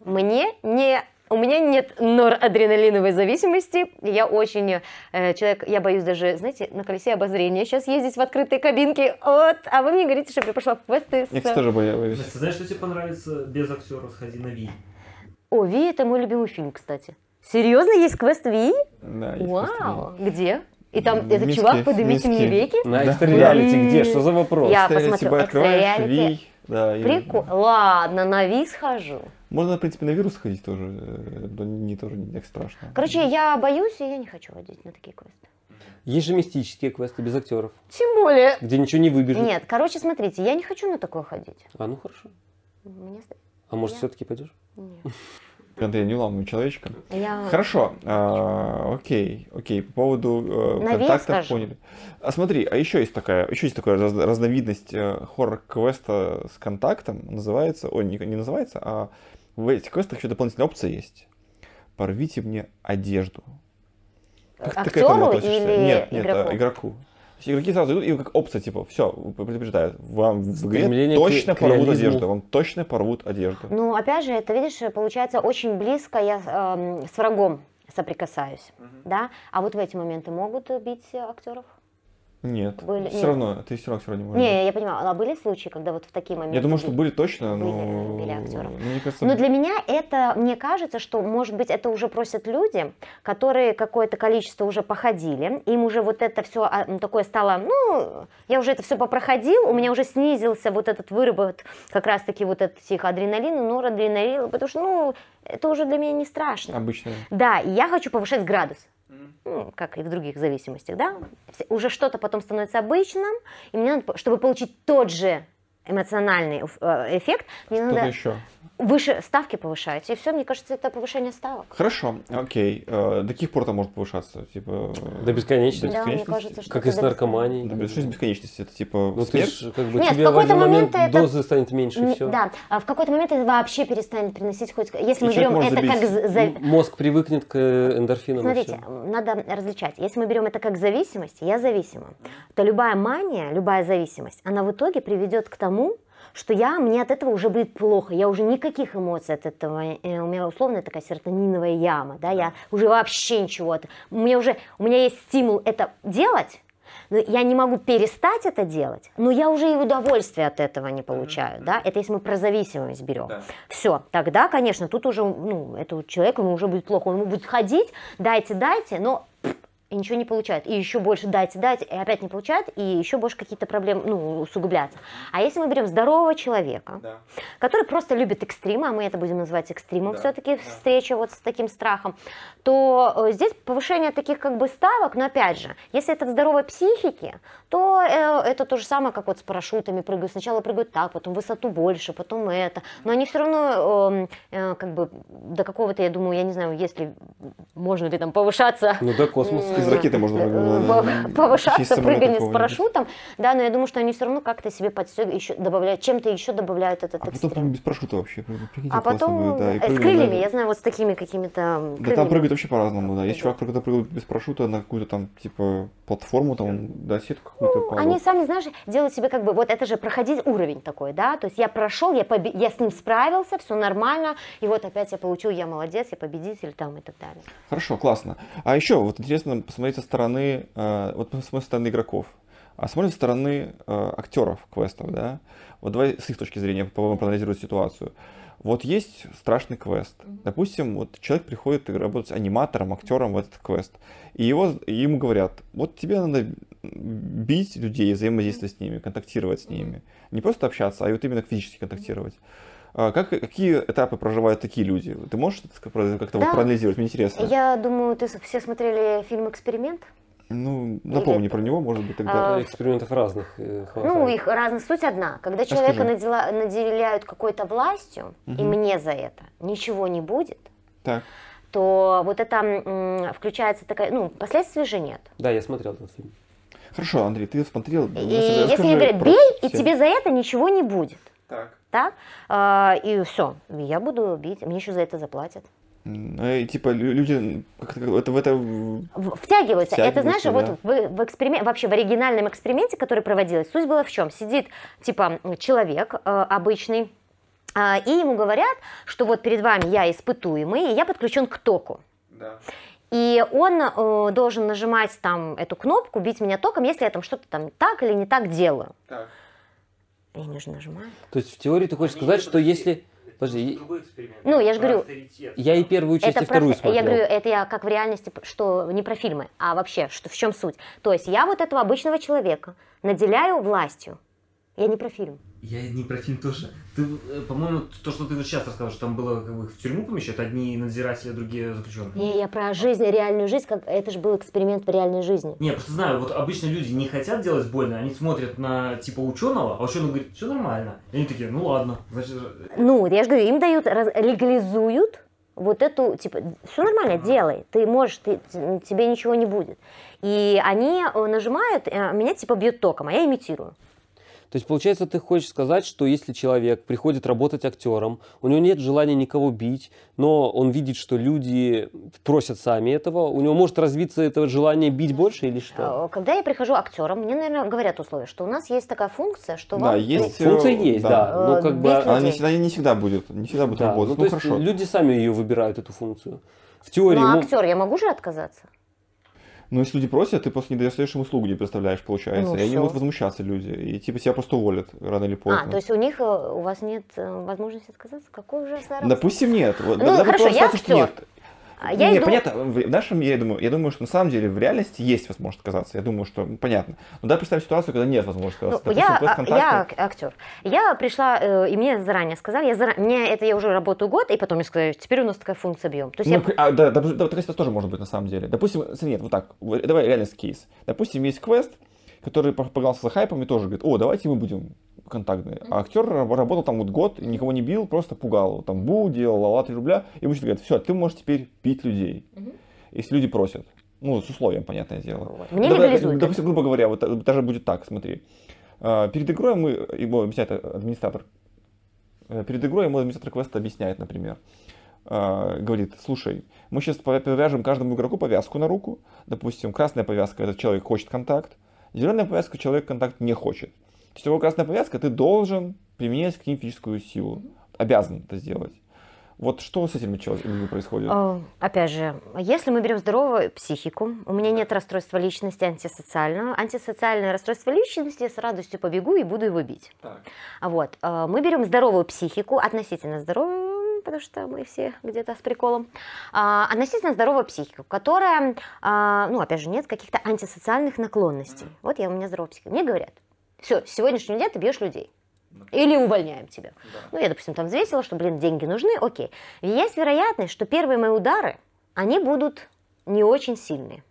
У меня нет норадреналиновой зависимости. Я очень человек, я боюсь даже, знаете, на колесе обозрения сейчас ездить в открытой кабинке. Вот, а вы мне говорите, чтобы я пошла в квесты Я, кстати, тоже боюсь. Ты знаешь, что тебе понравится без актеров? Сходи на Ви. О, Ви — это мой любимый фильм, кстати. Серьезно, есть квест Ви? Да, есть Вау, где? И там этот Минске, чувак, поднимите мне Минске. веки? На экстра-реалити где? Что за вопрос? Я Экстра-реалити посмотрю, открываешь, экстра-реалити. Ви, да, и- Прикол. Ладно, на Ви схожу. Можно, в принципе, на вирус ходить тоже, но тоже не так страшно. Короче, я боюсь, и я не хочу водить на такие квесты. Есть же мистические квесты без актеров, Тем более. где ничего не выбежит. Нет, короче, смотрите, я не хочу на такое ходить. А ну хорошо. Мне А может, Я- все-таки пойдешь? Нет. Андрей, не уламывай человечка. Я... Хорошо, окей. По поводу На Ви контактов скажу. поняли. А смотри, еще есть такая разновидность хоррор-квеста с контактом, называется, не называется, а в этих квестах еще дополнительная опция есть. Порвите мне одежду. Как ты к этому Актеру относишься? или Нет, игроку? игроку. То есть игроки сразу идут, и как опция, типа, все, предупреждают, вам в игре Стремление точно к порвут реализму. одежду, вам точно порвут одежду. Ну, опять же, это, видишь, получается, очень близко я с врагом соприкасаюсь, да? А вот в эти моменты могут бить актеров? Нет, Были- все нет. равно, ты все равно не можешь. Не, я понимаю, а были случаи, когда вот в такие моменты... Я думаю, что были точно, но... были актеры. Мне кажется, Но для меня это, мне кажется, что, может быть, это уже просят люди, которые какое-то количество уже походили, им уже вот это все такое стало, ну, я уже это все попроходил, у меня уже снизился вот этот выработок как раз-таки вот этих адреналина, норадреналина, потому что, ну, это уже для меня не страшно. обычно. Да, и я хочу повышать градус. Ну, как и в других зависимостях, да, уже что-то потом становится обычным, и мне надо, чтобы получить тот же эмоциональный эффект, мне Что-то надо еще. выше ставки повышать, и все, мне кажется, это повышение ставок. Хорошо, окей. До каких пор это может повышаться? Типа... До бесконечности. Да, мне бесконечности? кажется, что Как это и с наркоманией. Да, что бесконечности? Это типа Ну, ты смерть? ж, как бы, Нет, в тебе в какой-то один момент момент это- дозы станет меньше, и все. Да, а в какой-то момент это вообще перестанет приносить хоть... Если мы человек берем может это как... забить. Мозг привыкнет к эндорфинам. и Смотрите, всё. надо различать. Если мы берем это как зависимость, я зависима, то любая мания, любая зависимость, она в итоге приведет к тому, что мне от этого уже будет плохо, я уже никаких эмоций от этого, у меня условно такая серотониновая яма, да, я уже вообще ничего, у меня есть стимул это делать, но я не могу перестать это делать, но я уже и удовольствия от этого не получаю, да, это если мы про зависимость берем. Да. Все, тогда, конечно, тут уже, ну, этому человеку уже будет плохо, он будет ходить, дайте, но и ничего не получает, и еще больше дайте, и опять не получает, и еще больше какие-то проблемы, ну, усугубляться. А если мы берем здорового человека, Да. который просто любит экстримы, а мы это будем называть экстримом Да, все-таки, да. встреча вот с таким страхом, то здесь повышение таких как бы ставок, но опять же, если это в здоровой психике, то это то же самое, как вот с парашютами прыгают. Сначала прыгают так, потом высоту больше, потом это. Но они все равно как бы до какого-то, я думаю, я не знаю, если можно ли там повышаться. Ну, до космоса. Из ракеты можно Повышаться, чисто самолет прыгание с какого-нибудь. парашютом, да, но я думаю, что они все равно как-то себе еще добавляют, чем-то еще добавляют этот А потом экстрим. прям без парашюта вообще. Прикиньте, А классно потом будет, да, и с прыгают, крыльями, да. я знаю, вот с такими какими-то Да крыльями. там прыгают вообще по-разному, да. Есть чувак, который прыгает без парашюта на какую-то там, типа, платформу, там, да, сетку какую-то. Ну, падал. они сами, знаешь, делают себе как бы, вот это же проходить уровень такой, да, то есть я прошел, я с ним справился, все нормально, и вот опять я получил, я молодец, я победитель там и так далее. Хорошо, классно. А еще вот интересно посмотреть со стороны, вот посмотрим со стороны игроков, а смотрим со стороны актеров квестов, да. Вот давай с их точки зрения попробуем проанализировать ситуацию. Вот есть страшный квест. Допустим, вот человек приходит работать аниматором, актером в этот квест. И ему говорят, вот тебе надо бить людей, взаимодействовать с ними, контактировать с ними. Не просто общаться, а вот именно физически контактировать. Какие этапы проживают такие люди? Ты можешь как-то Да. вот проанализировать? Мне интересно. Я думаю, все смотрели фильм «Эксперимент». Ну, напомни про него, может быть, тогда. Экспериментов разных хватает. Ну, их разная суть одна. Когда человека наделяют какой-то властью, и мне за это ничего не будет, Так. то вот это включается такая, ну, последствий же нет. Да, я смотрел этот фильм. Хорошо, Андрей, ты смотрел. И если мне говорят, бей, и тебе за это ничего не будет. Так. Так? И все, я буду бить, мне еще за это заплатят. И, типа люди это в это... Втягиваются. Это, знаешь, Втягиваются, вот в эксперименте, вообще в оригинальном эксперименте, который проводилось, суть была в чем? Сидит, типа, человек обычный, и ему говорят, что вот перед вами я испытуемый, и я подключен к току. Да. И он должен нажимать там эту кнопку, бить меня током, если я там что-то там так или не так делаю. Так. Я не нажимаю. То есть в теории ты хочешь сказать, что если... Подожди, Ну, я же говорю, я и первую часть, и вторую просто, я смотрел. говорю, это я как в реальности, что не про фильмы, а вообще, что, в чем суть. То есть я вот этого обычного человека наделяю властью. Я не про фильм. Я не про фильм тоже. Ты, по-моему, то, что ты вот сейчас рассказал, что там было как бы в тюрьму помещают, одни надзиратели, другие заключенные. Не, я про жизнь, реальную жизнь, как это же был эксперимент в реальной жизни. Не, я просто знаю, вот обычно люди не хотят делать больно, они смотрят на типа ученого, а ученый говорит, все нормально. И они такие, ну ладно, значит. Ну, я же говорю, им дают, легализуют вот эту, типа, все нормально, делай, ты можешь, тебе ничего не будет. И они нажимают, меня типа бьют током, а я имитирую. То есть, получается, ты хочешь сказать, что если человек приходит работать актером, у него нет желания никого бить, но он видит, что люди просят сами этого, у него может развиться это желание бить больше или что? Когда я прихожу актером, мне, наверное, говорят условия, что у нас есть такая функция, что Да, вам... есть. Функция есть, да. Но как бы... Без Она людей. не всегда будет Да, работать. ну, то есть Хорошо. люди сами ее выбирают, эту функцию. В теории... Ну, а ну, актер, я могу же отказаться? Ну, если люди просят, ты просто не даешь им услугу, не представляешь, получается. Ну, и они всё. будут возмущаться, люди. И типа себя просто уволят рано или поздно. То есть у вас нет возможности отказаться? Какой ужасный арабский. Допустим, нет. Вот, Ну, хорошо, я ситуация, что актер. нет. Я Не, иду- понятно, в нашем мире, я думаю, что на самом деле в реальности есть возможность отказаться. Я думаю, что понятно. Но давай представим ситуацию, когда нет возможности отказаться. Допустим, я квест-контакты. актер. Я пришла, и мне заранее сказали, я уже работаю год, и потом мне сказали, теперь у нас такая функция объем. То есть Да, такая ситуация тоже может быть на самом деле. Допустим, нет, вот так, давай реальный кейс. Допустим, есть квест, который погнался за хайпом и тоже говорит, давайте мы будем контактные. А актер работал там вот год, никого не бил, просто пугал. Там делал, ла-ла, 3 рубля. И мужчина говорит, все, ты можешь теперь бить людей. Если люди просят. Ну, с условием, понятное дело. Мне легализуют. Допустим, грубо говоря, вот даже будет так, смотри. Перед игрой ему объясняет администратор. Перед игрой ему администратор квеста объясняет, например. Говорит, слушай, мы сейчас повяжем каждому игроку повязку на руку. Допустим, красная повязка, этот человек хочет контакт. Зеленая повязка, человек контакт не хочет. То есть, у него красная повязка, ты должен применять к ним физическую силу. Обязан это сделать. Вот что с этими людьми происходит? Опять же, если мы берем здоровую психику, у меня нет расстройства личности антисоциального. Антисоциальное расстройство личности, я с радостью побегу и буду его бить. Вот. Мы берем здоровую психику, относительно здоровую, потому что мы все где-то с приколом, относительно здоровую психику, которая, опять же, нет каких-то антисоциальных наклонностей. Вот у меня здоровая психика. Мне говорят, все, с сегодняшнего дня ты бьешь людей. Или увольняем тебя. Да. Я, допустим, там взвесила, что, деньги нужны, окей. Есть вероятность, что первые мои удары, они будут не очень сильные.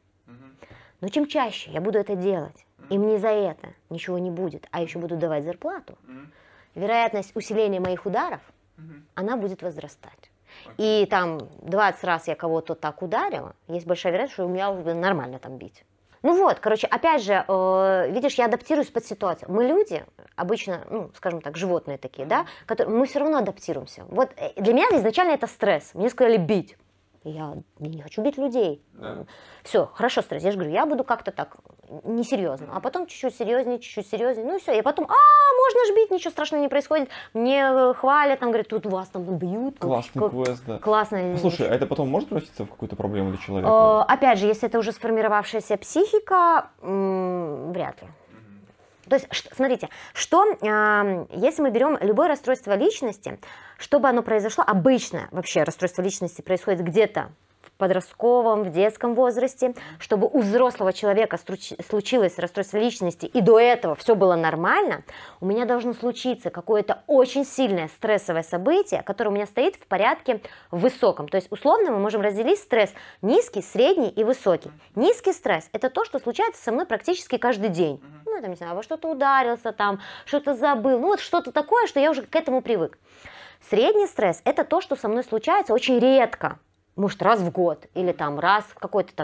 Но чем чаще я буду это делать, и мне за это ничего не будет, а еще буду давать зарплату, вероятность усиления моих ударов, она будет возрастать. И там 20 раз я кого-то так ударила, есть большая вероятность, что у меня уже нормально там бить. Опять же, видишь, я адаптируюсь под ситуацию. Мы люди, обычно, скажем так, животные такие, да, мы все равно адаптируемся. Вот для меня изначально это стресс. Мне сказали бить. Я не хочу бить людей. Да. Все, хорошо, стресс. Я же говорю, я буду как-то так несерьезно. А потом чуть-чуть серьезнее. Ну и все. И потом, можно же бить, ничего страшного не происходит. Мне хвалят, там говорят, тут вас там бьют. Классный квест, да. Классно. Слушай, а это потом может превратиться в какую-то проблему для человека? Опять же, если это уже сформировавшаяся психика, вряд ли. То есть, смотрите, если мы берем любое расстройство личности, чтобы оно произошло, обычно вообще расстройство личности происходит где-то в подростковом, в детском возрасте, чтобы у взрослого человека случилось расстройство личности, и до этого все было нормально, у меня должно случиться какое-то очень сильное стрессовое событие, которое у меня стоит в порядке высоком. То есть, условно, мы можем разделить стресс низкий, средний и высокий. Низкий стресс – это то, что случается со мной практически каждый день. Не знаю, во что-то ударился, что-то забыл, что-то такое, что я уже к этому привык. Средний стресс – это то, что со мной случается очень редко. Может, раз в год, или раз в какой-то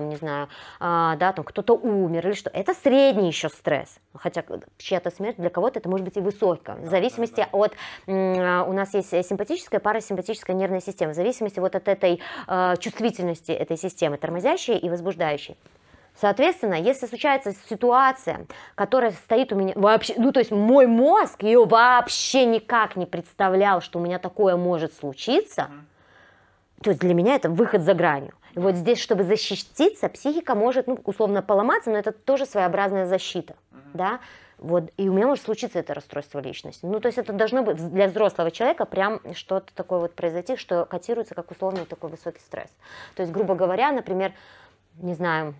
кто-то умер, или что. Это средний еще стресс. Хотя чья-то смерть для кого-то это может быть и высокая. В зависимости от... У нас есть симпатическая, парасимпатическая нервная система. В зависимости от этой чувствительности этой системы, тормозящей и возбуждающей. Соответственно, если случается ситуация, которая стоит у меня вообще, то есть мой мозг ее вообще никак не представлял, что у меня такое может случиться, то есть для меня это выход за гранью. И вот здесь, чтобы защититься, психика может, условно, поломаться, но это тоже своеобразная защита, да. Вот, и у меня может случиться это расстройство личности. То есть это должно быть для взрослого человека прям что-то такое произойти, что котируется как условный такой высокий стресс. То есть, грубо говоря, например, не знаю,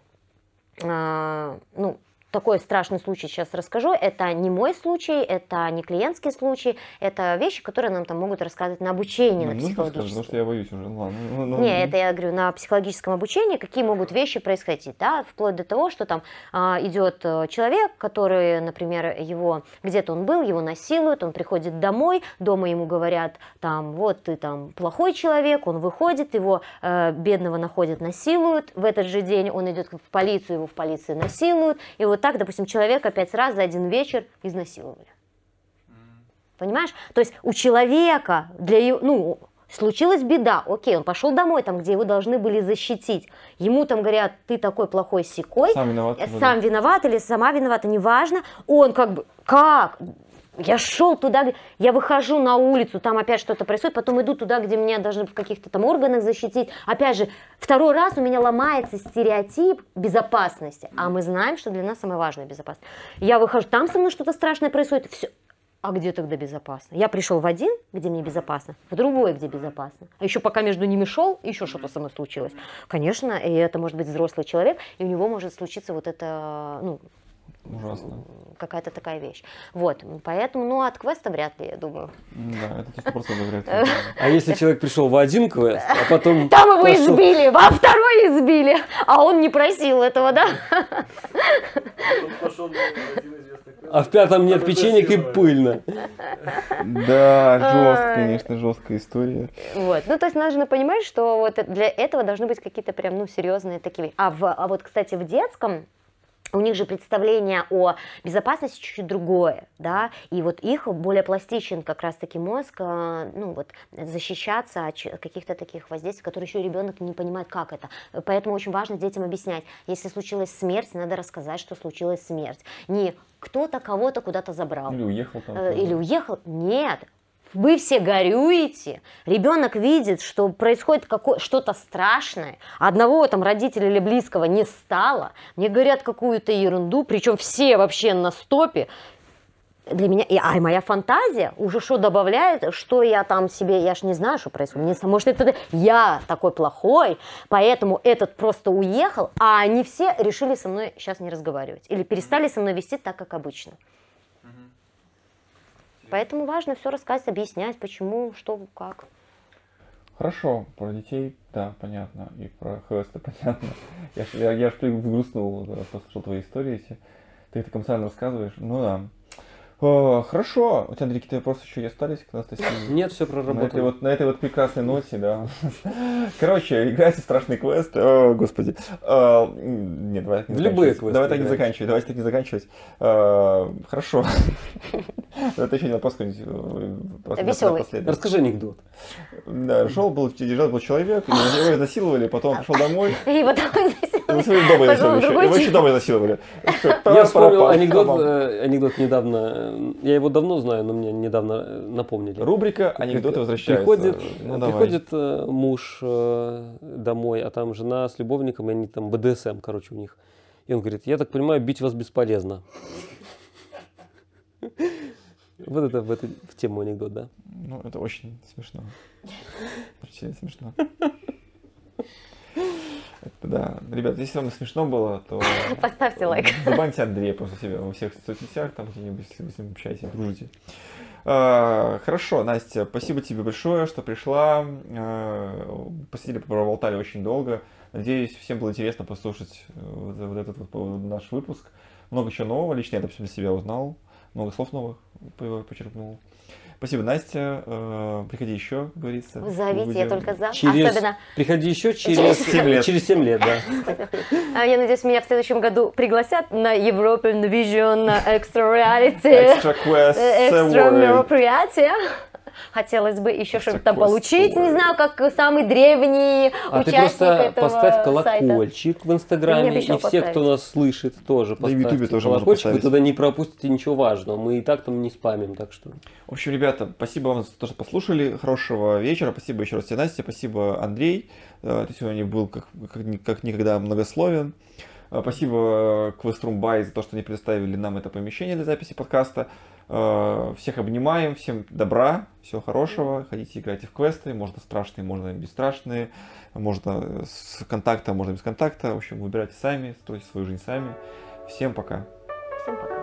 такой страшный случай сейчас расскажу. Это не мой случай, это не клиентский случай, это вещи, которые нам там могут рассказывать на обучении, на психологическом. Потому что я боюсь уже. Не, это я говорю на психологическом обучении, какие могут вещи происходить, да, вплоть до того, что там идет человек, который, например, где-то он был, его насилуют, он приходит домой, дома ему говорят, вот ты плохой человек, он выходит, его бедного находят, насилуют, в этот же день он идет в полицию, его в полиции насилуют, и вот так, допустим, человека 5 раз за один вечер изнасиловали. Понимаешь? То есть у человека случилась беда, окей, он пошел домой, где его должны были защитить. Ему говорят, ты такой плохой-сякой, сам виноват или сама виновата, неважно. Он как? Я шел туда, я выхожу на улицу, там опять что-то происходит, потом иду туда, где меня должны в каких-то там органах защитить. Опять же, второй раз у меня ломается стереотип безопасности, а мы знаем, что для нас самое важное безопасность. Я выхожу, там со мной что-то страшное происходит, все. А где тогда безопасно? Я пришел в один, где мне безопасно, в другой, где безопасно. А еще пока между ними шел, еще что-то со мной случилось. Конечно, и это может быть взрослый человек, и у него может случиться вот это, ну, Ужасно. какая-то такая вещь. Вот, поэтому, ну, от квеста вряд ли, я думаю. Да, это 100% вряд ли. А если человек пришел в один квест, а потом... Там его пошел- избили, во второй избили, а он не просил этого, да? А в пятом нет печенек и пыльно. Да, жестко, конечно, жесткая история. Вот, ну, то есть нужно понимать, что вот для этого должны быть какие-то прям, ну, серьезные такие. А вот, кстати, в детском у них же представление о безопасности чуть-чуть другое, да, и вот их более пластичен как раз-таки мозг, ну вот, защищаться от каких-то таких воздействий, которые еще ребенок не понимает, как это. Поэтому очень важно детям объяснять, если случилась смерть, надо рассказать, что случилась смерть. Не кто-то кого-то куда-то забрал. Или уехал там. Или уехал. Нет. Вы все горюете, ребенок видит, что происходит что-то страшное, одного там родителя или близкого не стало, мне говорят какую-то ерунду, причем все вообще на стопе. Для меня, и моя фантазия уже что добавляет, что я там себе, я ж не знаю, что происходит, может это я такой плохой, поэтому этот просто уехал, а они все решили со мной сейчас не разговаривать или перестали со мной вести так, как обычно. Поэтому важно все рассказать, объяснять, почему, что, как. Хорошо, про детей, да, понятно, и про квесты понятно. Я ж грустнул, послушал твои истории эти. Ты это эмоционально рассказываешь. Ну да. Хорошо. У тебя, Андрей, какие-то вопросы еще остались к Анастасии? Нет, все проработано. На этой вот прекрасной ноте, да. Короче, играйте в страшный квест. О, господи. Нет, давай так не В любые заканчивать. квесты Давай так не играйте. заканчивать. Давайте так не заканчивать. Хорошо. Это еще не вопрос какой-нибудь. Веселый. Расскажи анекдот. Да, жил-был человек, его изнасиловали, потом он пришел домой. И вот такой Дома пошел в другой его еще дома изнасиловали. Я вспомнил анекдот недавно. Я его давно знаю, но мне недавно напомнили. Рубрика «Анекдоты возвращаются». Приходит муж домой, а там жена с любовником, и они там БДСМ, короче, у них. И он говорит: я так понимаю, бить вас бесполезно. Вот это в тему анекдот, да? Ну, это очень смешно. Очень смешно. Да, ребята, если вам смешно было, то Поставьте лайк. забаньте Андрея просто себя во всех соцсетях, там где-нибудь, если вы с ним общаетесь, дружите. Хорошо, Настя, спасибо тебе большое, что пришла. Посидели, поболтали очень долго. Надеюсь, всем было интересно послушать вот этот вот наш выпуск. Много чего нового, лично я это все для себя узнал. Много слов новых почерпнул. Спасибо, Настя. Приходи еще, как говорится. Зовите, я только за. Приходи еще через 7 лет. Через 7 лет, да. Я надеюсь, меня в следующем году пригласят на European Vision Extra Reality. Extra Quest Экстра Award. мероприятие. Хотелось бы еще что-то там получить, не знаю, как самый древний А ты участник просто этого поставь сайта. колокольчик в Ты Инстаграме, мне и обещал все, кто поставить. нас слышит, тоже Да и в поставьте Ютубе тоже можно колокольчик, вы поставить. тогда не пропустите ничего важного. Мы и так там не спамим, так что... В общем, ребята, спасибо вам за то, что послушали. Хорошего вечера. Спасибо еще раз тебе, Настя. Спасибо, Андрей. Ты сегодня был как никогда многословен. Спасибо Questroom By за то, что они предоставили нам это помещение для записи подкаста. Всех обнимаем, всем добра, всего хорошего. Ходите, играйте в квесты. Можно страшные, можно бесстрашные. Можно с контактом, можно без контакта. В общем, выбирайте сами, стройте свою жизнь сами. Всем пока. Всем пока.